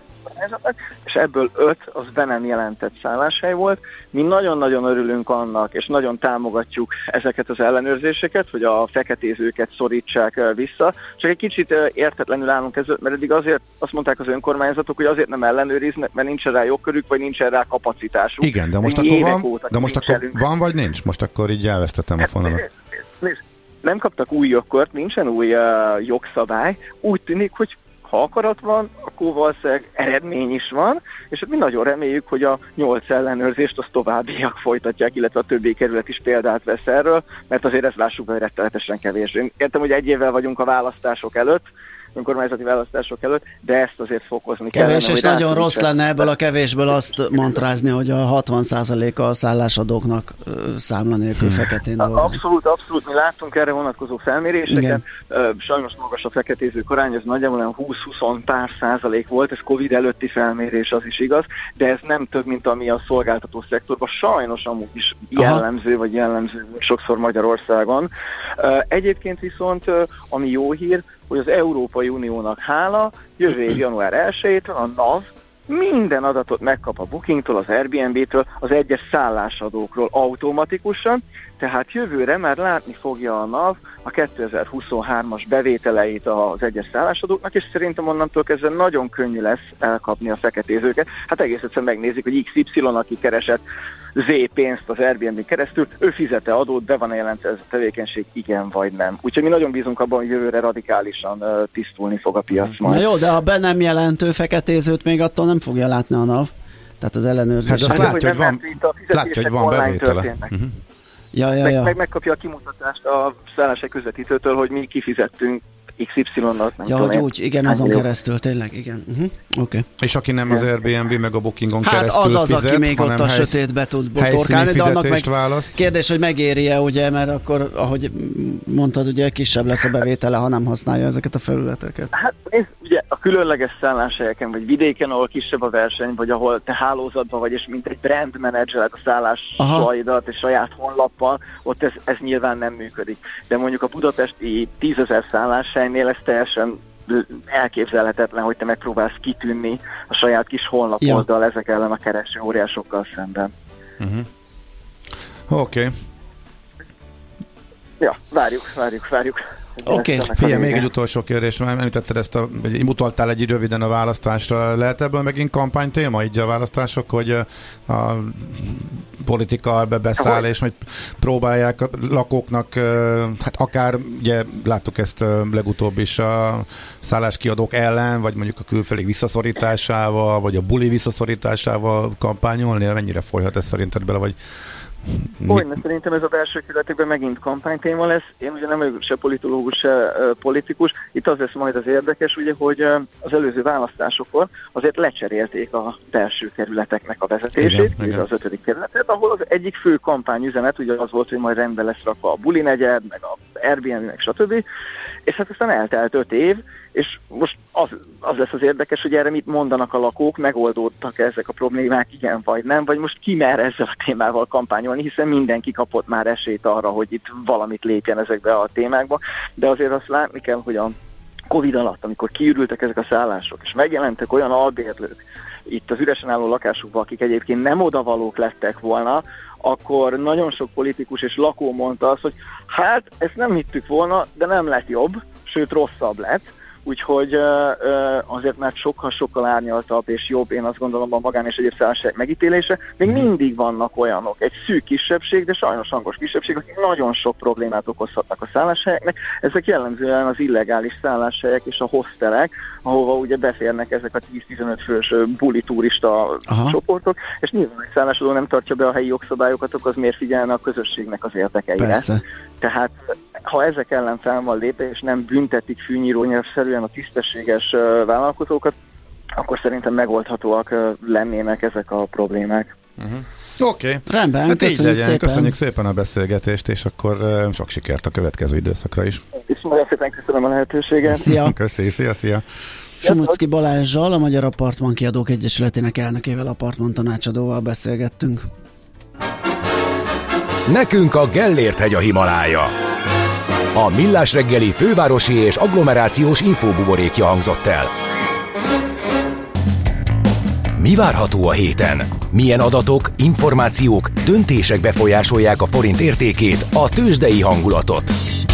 És ebből 5 az be nem jelentett szálláshely volt. Mi nagyon-nagyon örülünk annak, és nagyon támogatjuk ezeket az ellenőrzéseket, hogy a feketézőket szorítsák vissza. Csak egy kicsit értetlenül állunk ezzel, mert eddig azért azt mondták az önkormányzatok, hogy azért nem ellenőriznek, mert nincsen rá jogkörük, vagy nincsen rá kapacitásuk. Igen, de most akkor van, vagy nincs? Most akkor így elvesztettem a fonalat. Nem kaptak új jogkört, nincsen új jogszabály. Úgy tűnik, hogy ha akarat van, akkor valószínűleg eredmény is van, és mi nagyon reméljük, hogy a 8 ellenőrzést az továbbiak folytatják, illetve a többi kerület is példát vesz erről, mert azért ezt lássuk be, hogy rettenetesen kevés. Én értem, hogy egy évvel vagyunk a választások előtt, önkormányzati választások előtt, de ezt azért fokozni kellene. Kevés, és nagyon rossz lenne ebből a kevésből azt mantrázni, hogy a 60%-a a szállásadóknak számla nélkül feketén dolgozik. Abszolút, mi láttunk erre vonatkozó felméréseket. Sajnos magas a feketézők arány, ez nagyjából 20-20 pár százalék volt, ez Covid előtti felmérés, az is igaz, de ez nem több, mint ami a szolgáltató szektorban sajnos amúgy is jellemző sokszor Magyarországon. Egyébként viszont, ami jó hír, hogy az Európai Uniónak hála, jövő év január 1-től a NAV minden adatot megkap a Bookingtól, az Airbnb-től, az egyes szállásadókról automatikusan, tehát jövőre már látni fogja a NAV a 2023-as bevételeit az egyes szállásadóknak, és szerintem onnantól kezdve nagyon könnyű lesz elkapni a feketézőket. Hát egész egyszerűen megnézik, hogy XY, aki keresett Z pénzt az Airbnb keresztül, ő fizet-e adót, be van jelentve ez a tevékenység, igen vagy nem. Úgyhogy mi nagyon bízunk abban, hogy jövőre radikálisan tisztulni fog a piac majd. Na jó, de ha be nem jelentő feketézőt még attól nem fogja látni a NAV. Tehát az ellenőrzés. Hát azt látja, hogy van bevétele. Meg megkapja a kimutatást a szálláshely közvetítőtől, hogy mi kifizettünk XY-nak. Hogy úgy, igen, azon keresztül, tényleg, igen. Okay. És aki nem az Airbnb meg a Bookingon keresztül az fizet, aki még ott a sötétbe tud botorkálni, de annak meg választ. Kérdés, hogy megéri-e, ugye, mert akkor, ahogy mondtad, ugye kisebb lesz a bevétele, ha nem használja ezeket a felületeket. Hát nézd, ugye a különleges szálláshelyeken, vagy vidéken, ahol kisebb a verseny, vagy ahol te hálózatban vagy, és mint egy brand menedzseled a szállásaidat és saját honlappal, ott ez nyilván nem működik. De mondjuk a budapesti 10 000 szálláshelynél ez teljesen elképzelhetetlen, hogy te megpróbálsz kitűnni a saját kis honlapoddal ezek ellen a kereső óriásokkal szemben. Oké. Ja, várjuk. Oké. Figyelj, még egy utolsó kérdés, már említetted ezt, mutatál egy röviden a választásra. Lehet ebből megint kampánytéma, így a választások, hogy a politika ebbe beszáll, és majd próbálják a lakóknak, hát akár, ugye láttuk ezt legutóbb is a szálláskiadók ellen, vagy mondjuk a külföldig visszaszorításával, vagy a buli visszaszorításával kampányolni, mennyire folyhat ez szerinted bele, vagy mert szerintem ez a belső kerületekben megint kampánytéma lesz. Én ugye nem vagyok se politológus, se politikus. Itt az lesz majd az érdekes, ugye, hogy az előző választásokon azért lecserélték a belső kerületeknek a vezetését, igen. Az 5. kerületet, ahol az egyik fő kampányüzenet ugye az volt, hogy majd rendbe lesz rakva a buli negyed, meg a Airbnb, meg stb. És hát aztán eltelt 5 év, és most az lesz az érdekes, hogy erre mit mondanak a lakók, megoldódtak ezek a problémák, igen vagy nem, vagy most ki mer ezzel a témával kampányolni, hiszen mindenki kapott már esélyt arra, hogy itt valamit lépjen ezekbe a témákba, de azért azt látni kell, hogy a Covid alatt, amikor kiürültek ezek a szállások, és megjelentek olyan albérlők itt az üresen álló lakásokban, akik egyébként nem odavalók lettek volna, akkor nagyon sok politikus és lakó mondta azt, hogy hát ezt nem hittük volna, de nem lett jobb, sőt rosszabb lett. Úgyhogy azért már sokkal árnyaltabb és jobb, én azt gondolom, a magán és egyéb szálláshelyek megítélése. Még mindig vannak olyanok, egy szűk kisebbség, de sajnos hangos kisebbség, akik nagyon sok problémát okozhatnak a szálláshelyeknek. Ezek jellemzően az illegális szálláshelyek és a hostelek, ahova ugye beférnek ezek a 10-15 fős buli turista csoportok, és nyilván egy szállásadó nem tartja be a helyi jogszabályokat, akkor az miért figyelne a közösségnek az érdekeire. Persze. Tehát ha ezek ellen fel van lépve, és nem büntetik fűnyírónyelvszerűen a tisztességes vállalkozókat, akkor szerintem megoldhatóak lennének ezek a problémák. Oké. Rendben, hát köszönjük szépen a beszélgetést, és akkor sok sikert a következő időszakra is. És nagyon szépen köszönöm a lehetőséget. Szia! Köszi, szia! Sumucki Balázssal, a Magyar Apartmankiadók Egyesületének elnökével, apartman tanácsadóval beszélgettünk. Nekünk a Gellért-hegy a Himalája. A Millás reggeli fővárosi és agglomerációs infóbuborékja hangzott el. Mi várható a héten? Milyen adatok, információk, döntések befolyásolják a forint értékét, a tőzsdei hangulatot?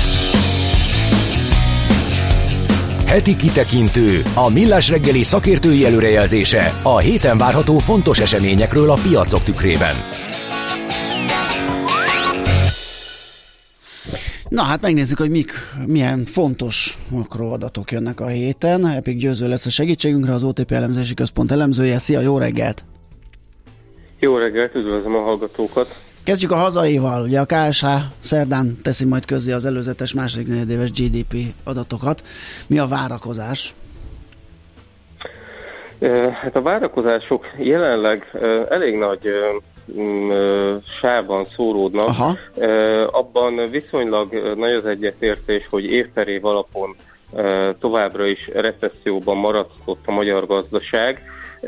Heti kitekintő, a Millás reggeli szakértői előrejelzése a héten várható fontos eseményekről a piacok tükrében. Na hát megnézzük, hogy milyen fontos makroadatok jönnek a héten. Epik Győző lesz a segítségünkre, az OTP elemzési központ elemzője. Szia, jó reggelt! Jó reggelt, üdvözlöm a hallgatókat! Kezdjük a hazaival. Ugye a KSH szerdán teszi majd közzé az előzetes második negyedéves GDP adatokat. Mi a várakozás? Hát a várakozások jelenleg elég nagy sávban szóródnak. Abban viszonylag nagy az egyetértés, hogy év per év alapon továbbra is recesszióban maradtott a magyar gazdaság.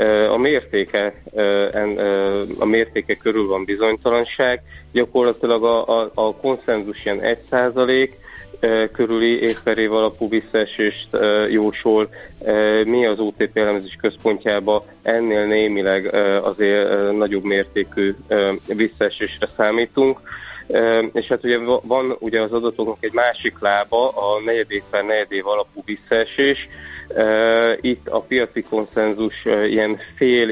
A mértéke körül van bizonytalanság. Gyakorlatilag a konszenzus ilyen 1% körüli év per év alapú visszaesést jósol. Mi az OTP elemzés központjába ennél némileg azért nagyobb mértékű visszaesésre számítunk. És hát ugye van ugye az adatoknak egy másik lába, a negyedév per negyedév alapú visszaesés. Itt a piaci konszenzus ilyen fél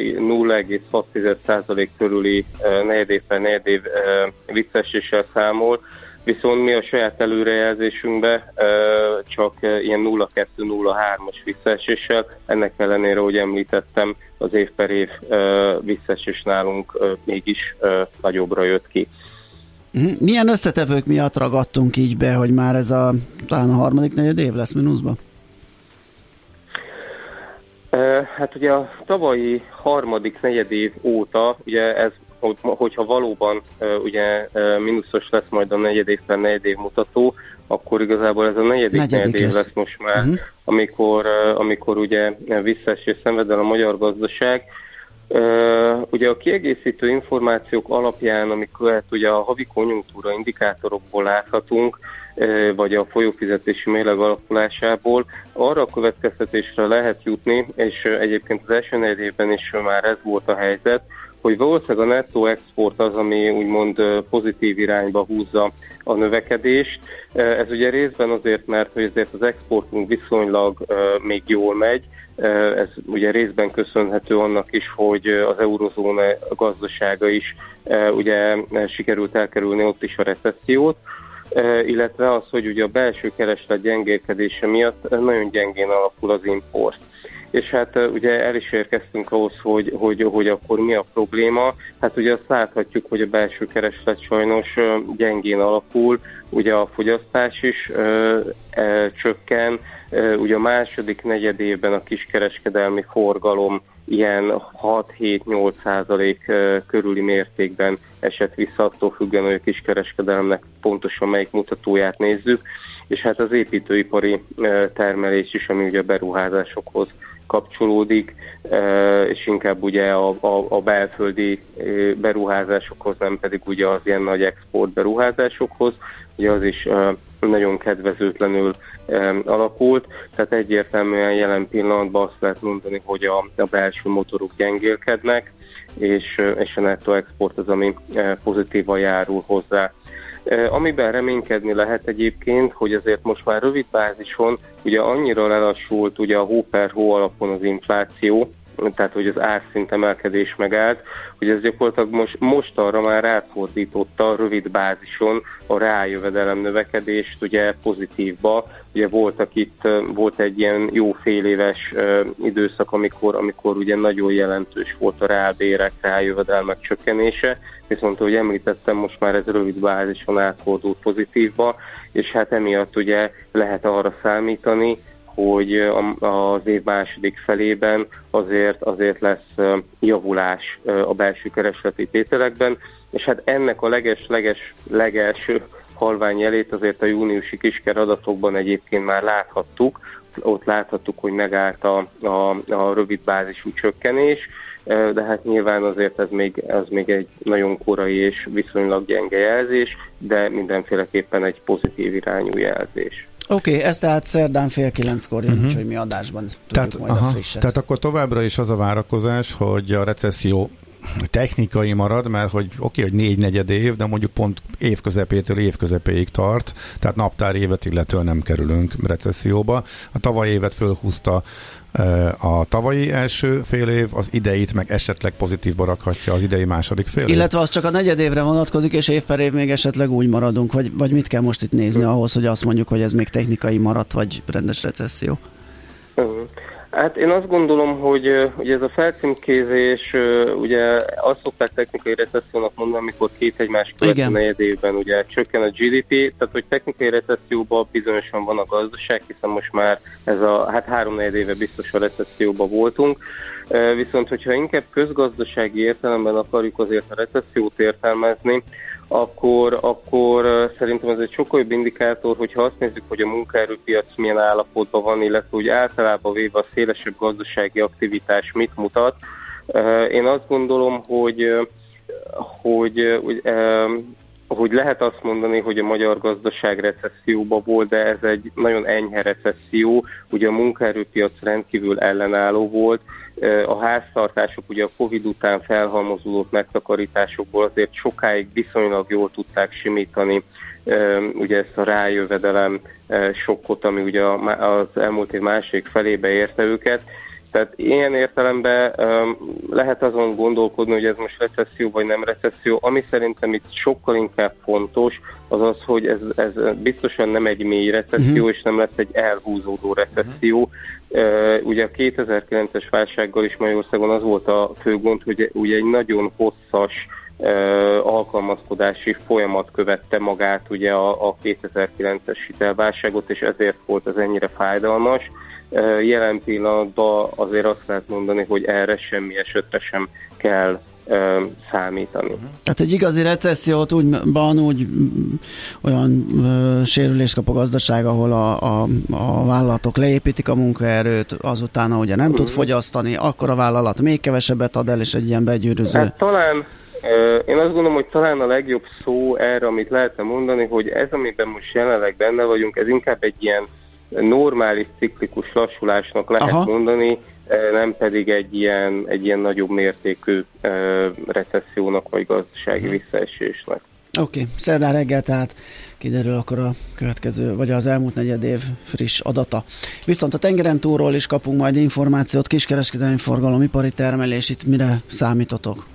0,6% körüli negyedév per negyedév visszaeséssel számol. viszont mi a saját előrejelzésünkben csak ilyen 0,2-0,3-as visszaeséssel, ennek ellenére, ahogy említettem, az év per év visszaesés nálunk mégis nagyobbra jött ki. Milyen összetevők miatt ragadtunk így be, hogy már ez talán a harmadik negyed év lesz mínuszban? Hát ugye a tavalyi harmadik negyed év óta, ugye ez, hogyha valóban ugye mínuszos lesz majd a negyed év mutató, akkor igazából ez a negyedik negyed év lesz most már, amikor ugye visszaesés szenved el a magyar gazdaság. Ugye a kiegészítő információk alapján, amiket ugye a havi konjunktúra indikátorokból láthatunk, vagy a folyófizetési mérleg alakulásából, arra a következtetésre lehet jutni, és egyébként az első negyed évben is már ez volt a helyzet, hogy valószínűleg a nettó export az, ami úgymond pozitív irányba húzza a növekedést. Ez ugye részben azért, mert hogy azért az exportunk viszonylag még jól megy, ez ugye részben köszönhető annak is, hogy az eurozóna gazdasága is ugye sikerült elkerülni ott is a recessziót, illetve az, hogy ugye a belső kereslet gyengélkedése miatt nagyon gyengén alakul az import. És hát ugye el is érkeztünk ahhoz, hogy akkor mi a probléma. Hát ugye azt láthatjuk, hogy a belső kereslet sajnos gyengén alakul, ugye a fogyasztás is csökken, ugye a második negyedében a kiskereskedelmi forgalom ilyen 6-7-8% körüli mértékben esett vissza, attól függően, hogy a kiskereskedelemnek pontosan melyik mutatóját nézzük, és hát az építőipari termelés is, ami ugye a beruházásokhoz kapcsolódik, és inkább ugye a belföldi beruházásokhoz, nem pedig ugye az ilyen nagy export beruházásokhoz, ugye az is nagyon kedvezőtlenül alakult, tehát egyértelműen jelen pillanatban azt lehet mondani, hogy a belső motorok gyengélkednek, és a netto export az, ami pozitívan járul hozzá. Amiben reménykedni lehet egyébként, hogy azért most már rövid bázison ugye annyira lelassult ugye a hó per hó alapon az infláció, tehát hogy az árszint emelkedés megállt, hogy ez gyakorlatilag most arra már átfordította a rövid bázison a reáljövedelem növekedést ugye pozitívba. Ugye volt egy ilyen jó fél éves időszak, amikor ugye nagyon jelentős volt a reálbérek, reáljövedelmek csökkenése, viszont ahogy említettem, most már ez rövid bázison átfordult pozitívba, és hát emiatt ugye lehet arra számítani, hogy az év második felében azért lesz javulás a belső keresleti tételekben, és hát ennek a legelső halvány jelét azért a júniusi kisker adatokban egyébként már láthattuk. Ott láthattuk, hogy megállt a rövid bázisú csökkenés, de hát nyilván azért ez még egy nagyon korai és viszonylag gyenge jelzés, de mindenféleképpen egy pozitív irányú jelzés. Oké, ez tehát szerdán 8:30-kor jön, úgyhogy mi adásban tudjuk majd a frisset. Tehát akkor továbbra is az a várakozás, hogy a recesszió technikai marad, mert hogy hogy 4 év, de mondjuk pont évközepétől évközepéig tart, tehát naptár évet illetően nem kerülünk recesszióba. A tavalyi évet fölhúzta a tavalyi első fél év, az ideit meg esetleg pozitívba rakhatja az idei második fél év. Illetve az csak a negyedévre vonatkozik, és év per év még esetleg úgy maradunk, vagy mit kell most itt nézni ahhoz, hogy azt mondjuk, hogy ez még technikai maradt, vagy rendes recesszió? Hát én azt gondolom, hogy ez a felcímkézés, ugye azt szokták technikai recessziónak mondani, amikor két egymás követő negyed évben ugye csökken a GDP, tehát hogy technikai recesszióban bizonyosan van a gazdaság, hiszen most már ez három negyed éve biztos a recesszióban voltunk, viszont hogyha inkább közgazdasági értelemben akarjuk azért a recessziót értelmezni, akkor szerintem ez egy sokkal jobb indikátor, hogyha azt nézzük, hogy a munkaerőpiac milyen állapotban van, illetve úgy általában véve a szélesebb gazdasági aktivitás mit mutat. Én azt gondolom, hogy lehet azt mondani, hogy a magyar gazdaság recesszióban volt, de ez egy nagyon enyhe recesszió. Ugye a munkaerőpiac rendkívül ellenálló volt, a háztartások ugye a Covid után felhalmozódott megtakarításokból azért sokáig viszonylag jól tudták simítani ugye ezt a rájövedelem sokkot, ami ugye az elmúlt év második felébe érte őket. Tehát ilyen értelemben lehet azon gondolkodni, hogy ez most recesszió vagy nem recesszió. Ami szerintem itt sokkal inkább fontos, az az, hogy ez biztosan nem egy mély recesszió, és nem lesz egy elhúzódó recesszió. Ugye a 2009-es válsággal is Magyarországon az volt a fő gond, hogy ugye egy nagyon hosszas alkalmazkodási folyamat követte magát ugye a 2009-es hitelválságot, és ezért volt ez ennyire fájdalmas. Jelen pillanatban azért azt lehet mondani, hogy erre semmi esetre sem kell számítani. Tehát egy igazi recessziót úgy olyan sérülést kap a gazdaság, ahol a vállalatok leépítik a munkaerőt, azután, ugye nem tud fogyasztani, akkor a vállalat még kevesebbet ad el, és egy ilyen begyűrűző. Hát talán én azt gondolom, hogy talán a legjobb szó erre, amit lehetne mondani, hogy ez, amiben most jelenleg benne vagyunk, ez inkább egy ilyen normális ciklikus lassulásnak lehet mondani, nem pedig egy ilyen nagyobb mértékű recessziónak vagy gazdasági visszaesésnek. Oké, szerdán reggel, tehát kiderül akkor a következő, vagy az elmúlt negyed év friss adata. Viszont a tengeren túlról is kapunk majd információt, kiskereskedelmi forgalom, ipari termelés, itt mire számítotok?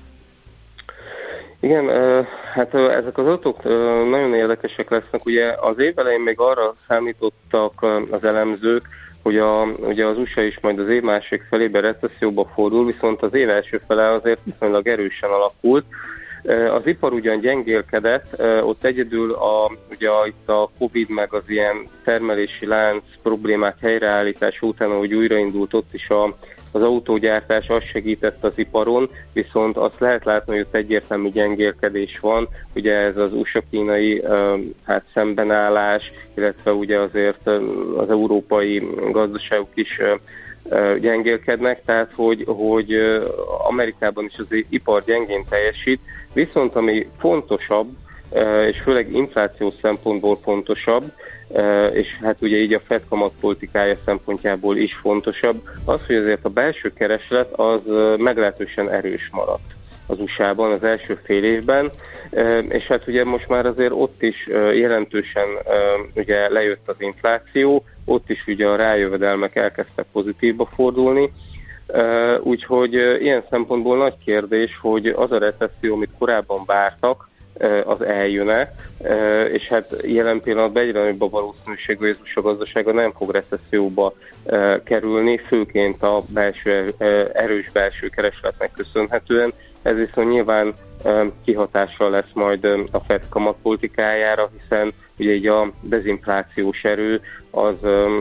Igen, hát ezek az adatok nagyon érdekesek lesznek. Ugye az év elején még arra számítottak az elemzők, hogy ugye az USA is majd az év másik felében recesszióba fordul, viszont az év első fele azért viszonylag erősen alakult. Az ipar ugyan gyengélkedett, ott egyedül ugye itt a Covid meg az ilyen termelési lánc problémák helyreállítása után, ahogy újraindult, ott is az autógyártás az segített az iparon, viszont azt lehet látni, hogy ott egyértelmű gyengélkedés van, ugye ez az USA-kínai szembenállás, illetve ugye azért az európai gazdaságok is gyengélkednek, tehát hogy Amerikában is az ipar gyengén teljesít, viszont ami fontosabb, és főleg inflációs szempontból fontosabb, és hát ugye így a Fed kamatpolitikája szempontjából is fontosabb, az, hogy azért a belső kereslet az meglehetősen erős maradt az USA-ban az első fél évben, és hát ugye most már azért ott is jelentősen ugye lejött az infláció, ott is ugye a rájövedelmek elkezdtek pozitívba fordulni, úgyhogy ilyen szempontból nagy kérdés, hogy az a recesszió, amit korábban vártak, az eljön-e, és hát jelen pillanatban egyre nagyobb a valószínűség, hogy a gazdasága nem fog recesszióba kerülni, főként a erős belső keresletnek köszönhetően. Ez viszont nyilván kihatással lesz majd a Fed kamatpolitikájára, hiszen ugye így a dezinflációs erő az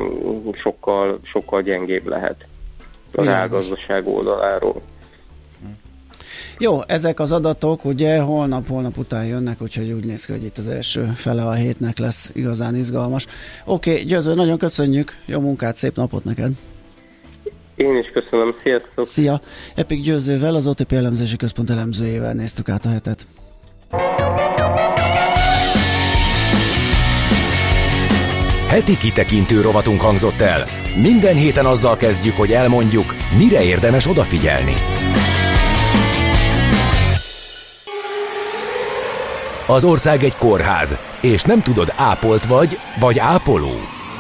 sokkal gyengébb lehet a reálgazdaság oldaláról. Jó, ezek az adatok ugye holnap után jönnek, úgyhogy úgy néz ki, hogy itt az első fele a hétnek lesz igazán izgalmas. Oké, Győző, nagyon köszönjük, jó munkát, szép napot neked! Én is köszönöm, sziasztok! Szia! Epik Győzővel, az OTP elemzési központ elemzőjével néztük át a hetet. Heti kitekintő rovatunk hangzott el. Minden héten azzal kezdjük, hogy elmondjuk, mire érdemes odafigyelni. Az ország egy kórház, és nem tudod, ápolt vagy ápoló.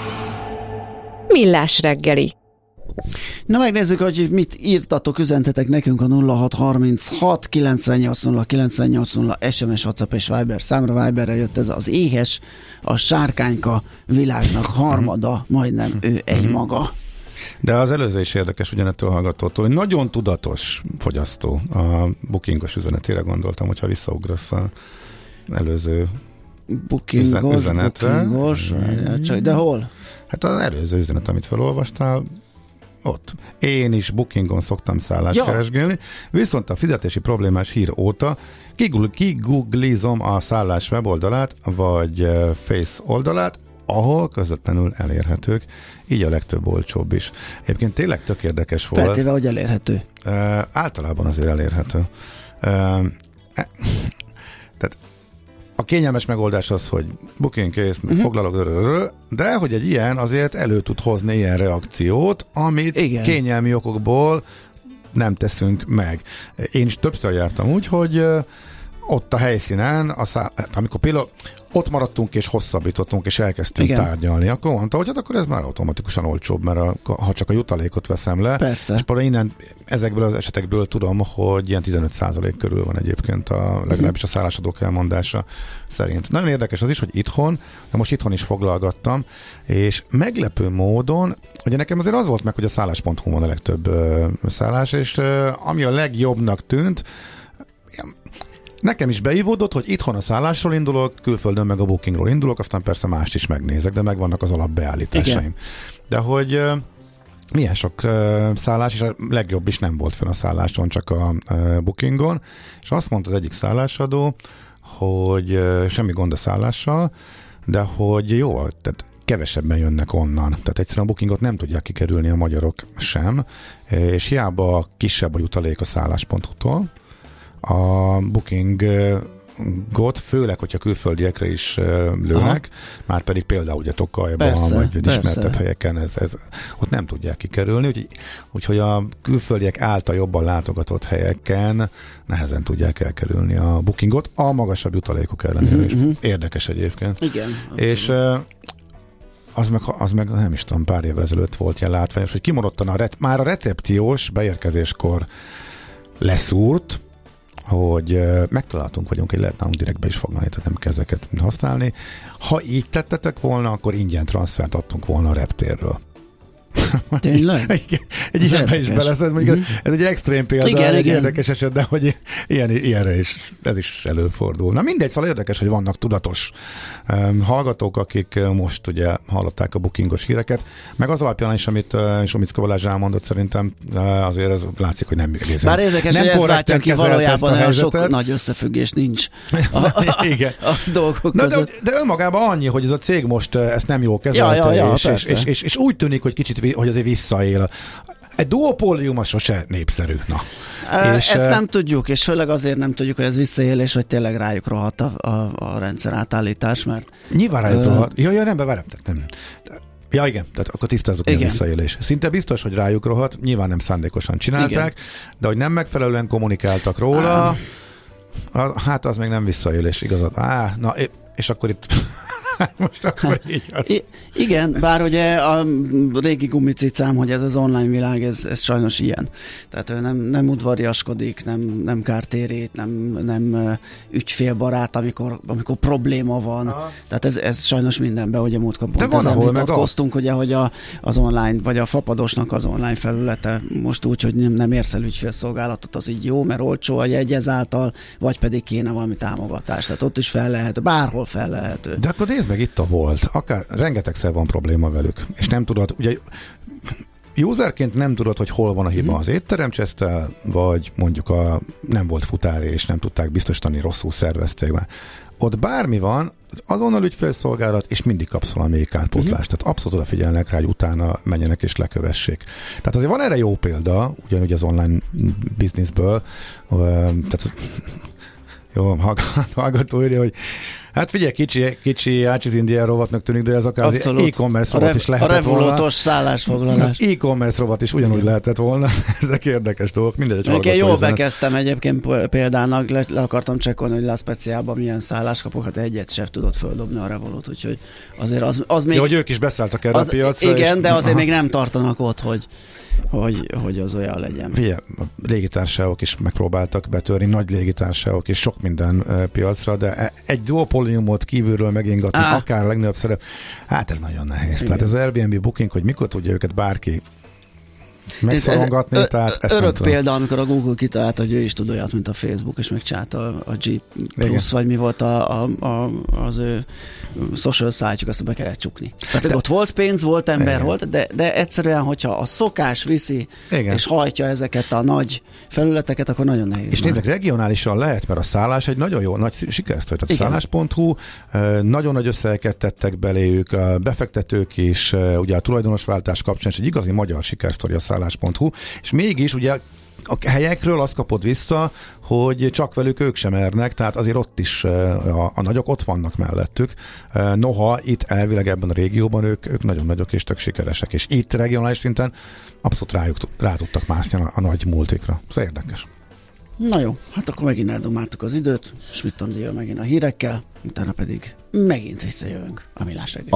Millás reggeli. Na megnézzük, hogy mit írtatok, üzentetek nekünk a 0636 980 980 SMS, WhatsApp és Viber számra. Viberre jött ez az éhes, a sárkányka világnak harmada, majdnem ő egy maga. De az előző is érdekes ugyanettől a hallgatótól, hogy nagyon tudatos fogyasztó. A bookingos üzenetére gondoltam, hogyha visszaugrasz a előző üzenetre. De hol? Hát az előző üzenet, amit felolvastál, ott. Én is Bookingon szoktam szállást keresgélni, viszont a fizetési problémás hír óta kigooglizom a szállás weboldalát, vagy Face oldalát, ahol közvetlenül elérhetők, így a legtöbb olcsóbb is. Egyébként tényleg tök érdekes volt. Feltéve, hogy elérhető. Általában azért elérhető. Tehát a kényelmes megoldás az, hogy booking kész, foglalok, de hogy egy ilyen azért elő tud hozni ilyen reakciót, amit kényelmi okokból nem teszünk meg. Én is többször jártam úgy, hogy ott a helyszínen, amikor például ott maradtunk és hosszabbítottunk és elkezdtünk tárgyalni, akkor mondta, hogy hát akkor ez már automatikusan olcsóbb, mert ha csak a jutalékot veszem le. Persze. És például innen ezekből az esetekből tudom, hogy ilyen 15% körül van egyébként legalábbis a szállásadók elmondása szerint. Nagyon érdekes az is, hogy itthon, de most itthon is foglalgattam, és meglepő módon, ugye nekem azért az volt meg, hogy a szállás.hu van a legtöbb szállás, és ami a legjobbnak tűnt, nekem is beívódott, hogy itthon a szállásról indulok, külföldön meg a bookingról indulok, aztán persze mást is megnézek, de megvannak az alapbeállításaim. Igen. De hogy milyen sok szállás, és a legjobb is nem volt fönn a szálláson, csak a bookingon, és azt mondta az egyik szállásadó, hogy semmi gond a szállással, de hogy jó, tehát kevesebben jönnek onnan. Tehát egyszerűen a bookingot nem tudják kikerülni a magyarok sem, és hiába kisebb a jutalék a szállás.hu-tól, a bookingot, főleg, hogyha külföldiekre is lőnek, már pedig például ugye Tokajban, vagy ismertebb helyeken, ez ott nem tudják kikerülni, úgyhogy a külföldiek által jobban látogatott helyeken nehezen tudják elkerülni a bookingot, a magasabb jutalékok ellenére is. Érdekes egyébként. Igen. És az meg nem is tudom, pár évvel ezelőtt volt ilyen látványos, hogy kimaradtan már a recepciós beérkezéskor leszúrt, hogy megtaláltunk vagyunk, hogy lehet nálunk direktbe is foglalni, tehát nem kell ezeket használni. Ha így tettetek volna, akkor ingyen transfert adtunk volna a reptérről. Tényleg? Egy ilyenbe is beleszed, ez egy extrém példa, egy érdekes eset, de hogy ilyenre is, ez is előfordul. Na mindegy, szóval érdekes, hogy vannak tudatos hallgatók, akik most ugye hallották a bookingos híreket, meg az alapján is, amit Somicka Balázs elmondott, szerintem azért ez látszik, hogy nem egészen. Bár érdekes, hogy ez látja ki valójában olyan sok nagy összefüggés nincs a dolgok között. De önmagában annyi, hogy ez a cég most ezt nem jól kezelte, és úgy tűnik, hogy kicsit hogy azért visszaél. Egy duopólium sose népszerű. Na. Ezt nem tudjuk, és főleg azért nem tudjuk, hogy ez visszaélés, hogy tényleg rájuk rohadt a rendszer átállítás, mert... Nyilván rájuk rohadt. Nem beverem. Nem. Ja igen, tehát akkor tisztázzuk, hogy a visszaélés. Szinte biztos, hogy rájuk rohadt, nyilván nem szándékosan csinálták, de hogy nem megfelelően kommunikáltak róla, hát az még nem visszaélés, igazad. És akkor itt... Most akkor így az. Igen, bár ugye a régi gumicicám, hogy ez az online világ, ez sajnos ilyen. Tehát ő nem udvariaskodik, nem kártérít, nem ügyfélbarát, amikor probléma van. Aha. Tehát ez sajnos mindenben, ugye múltkor pont ezen vitatkoztunk, ugye, hogy az online, vagy a fapadosnak az online felülete most úgy, hogy nem érsz el ügyfélszolgálatot, az így jó, mert olcsó a jegy ezáltal, vagy pedig kéne valami támogatás. Tehát ott is fel lehet, bárhol fel lehető. De akkor nézd meg, itt a Volt. Akár rengetegszer van probléma velük. És nem tudod, ugye userként nem tudod, hogy hol van a hiba az étteremcsesztel, vagy mondjuk nem volt futár, és nem tudták biztosítani, rosszul szervezték be. Ott bármi van, azonnal ügyfélszolgálat, és mindig kapsz valami kárpótlást. Tehát abszolút odafigyelnek rá, hogy utána menjenek és lekövessék. Tehát azért van erre jó példa, ugyanúgy az online bizniszből. Tehát jó, hallgató írja, hogy hát figyelj, kicsi Ácsiz India rovatnak tűnik, de ez akár az e-commerce rovat is lehetett volna. A revolútos szállásfoglalás. Az e-commerce rovat is ugyanúgy lehetett volna. Ezek érdekes dolgok. Mindegy, egy jól bekezdtem egyébként példának, le akartam csekkolni, hogy La Speciában milyen szállást kapok, hát egyet sem tudott földobni a Revolut, úgyhogy azért az még... Jó, hogy ők is beszálltak erre a piacra. Igen, de azért még nem tartanak ott, hogy az olyan legyen. Figyelj, a légitársaságok is megpróbáltak betörni, nagy légitársaságok és sok minden piacra, de egy duopóliumot kívülről megingatni, akár a legnagyobb szerep, hát ez nagyon nehéz. Igen. Tehát az Airbnb Booking, hogy mikor tudja őket bárki megszorongatni, tehát ezt örök példa, amikor a Google kitalálta, hogy ő is tud olyat, mint a Facebook, és megcsinálta a G Plus, vagy mi volt az ő social site-juk, azt be kellett csukni. Tehát ott volt pénz, volt ember, volt, de egyszerűen, hogyha a szokás viszi, és hajtja ezeket a nagy felületeket, akkor nagyon nehéz. És nézzük, regionálisan lehet, mert a szállás egy nagyon jó, nagy sikersztori. Tehát szállás.hu, nagyon nagy összegeket tettek beléjük, a befektetők is, ugye a tulajdonosváltás kapcsán, és egy igazi magyar sikersztori a szállás.hu, és mégis ugye a helyekről azt kapod vissza, hogy csak velük ők sem mernek, tehát azért ott is a nagyok ott vannak mellettük. Noha itt elvileg ebben a régióban ők nagyon nagyok és tök sikeresek, és itt regionális szinten abszolút rá tudtak mászni a nagy multikra. Ez érdekes. Na jó, hát akkor megint eldomáltuk az időt, Schmidt Andéval megint a hírekkel, utána pedig megint visszajövünk a Millás reggel.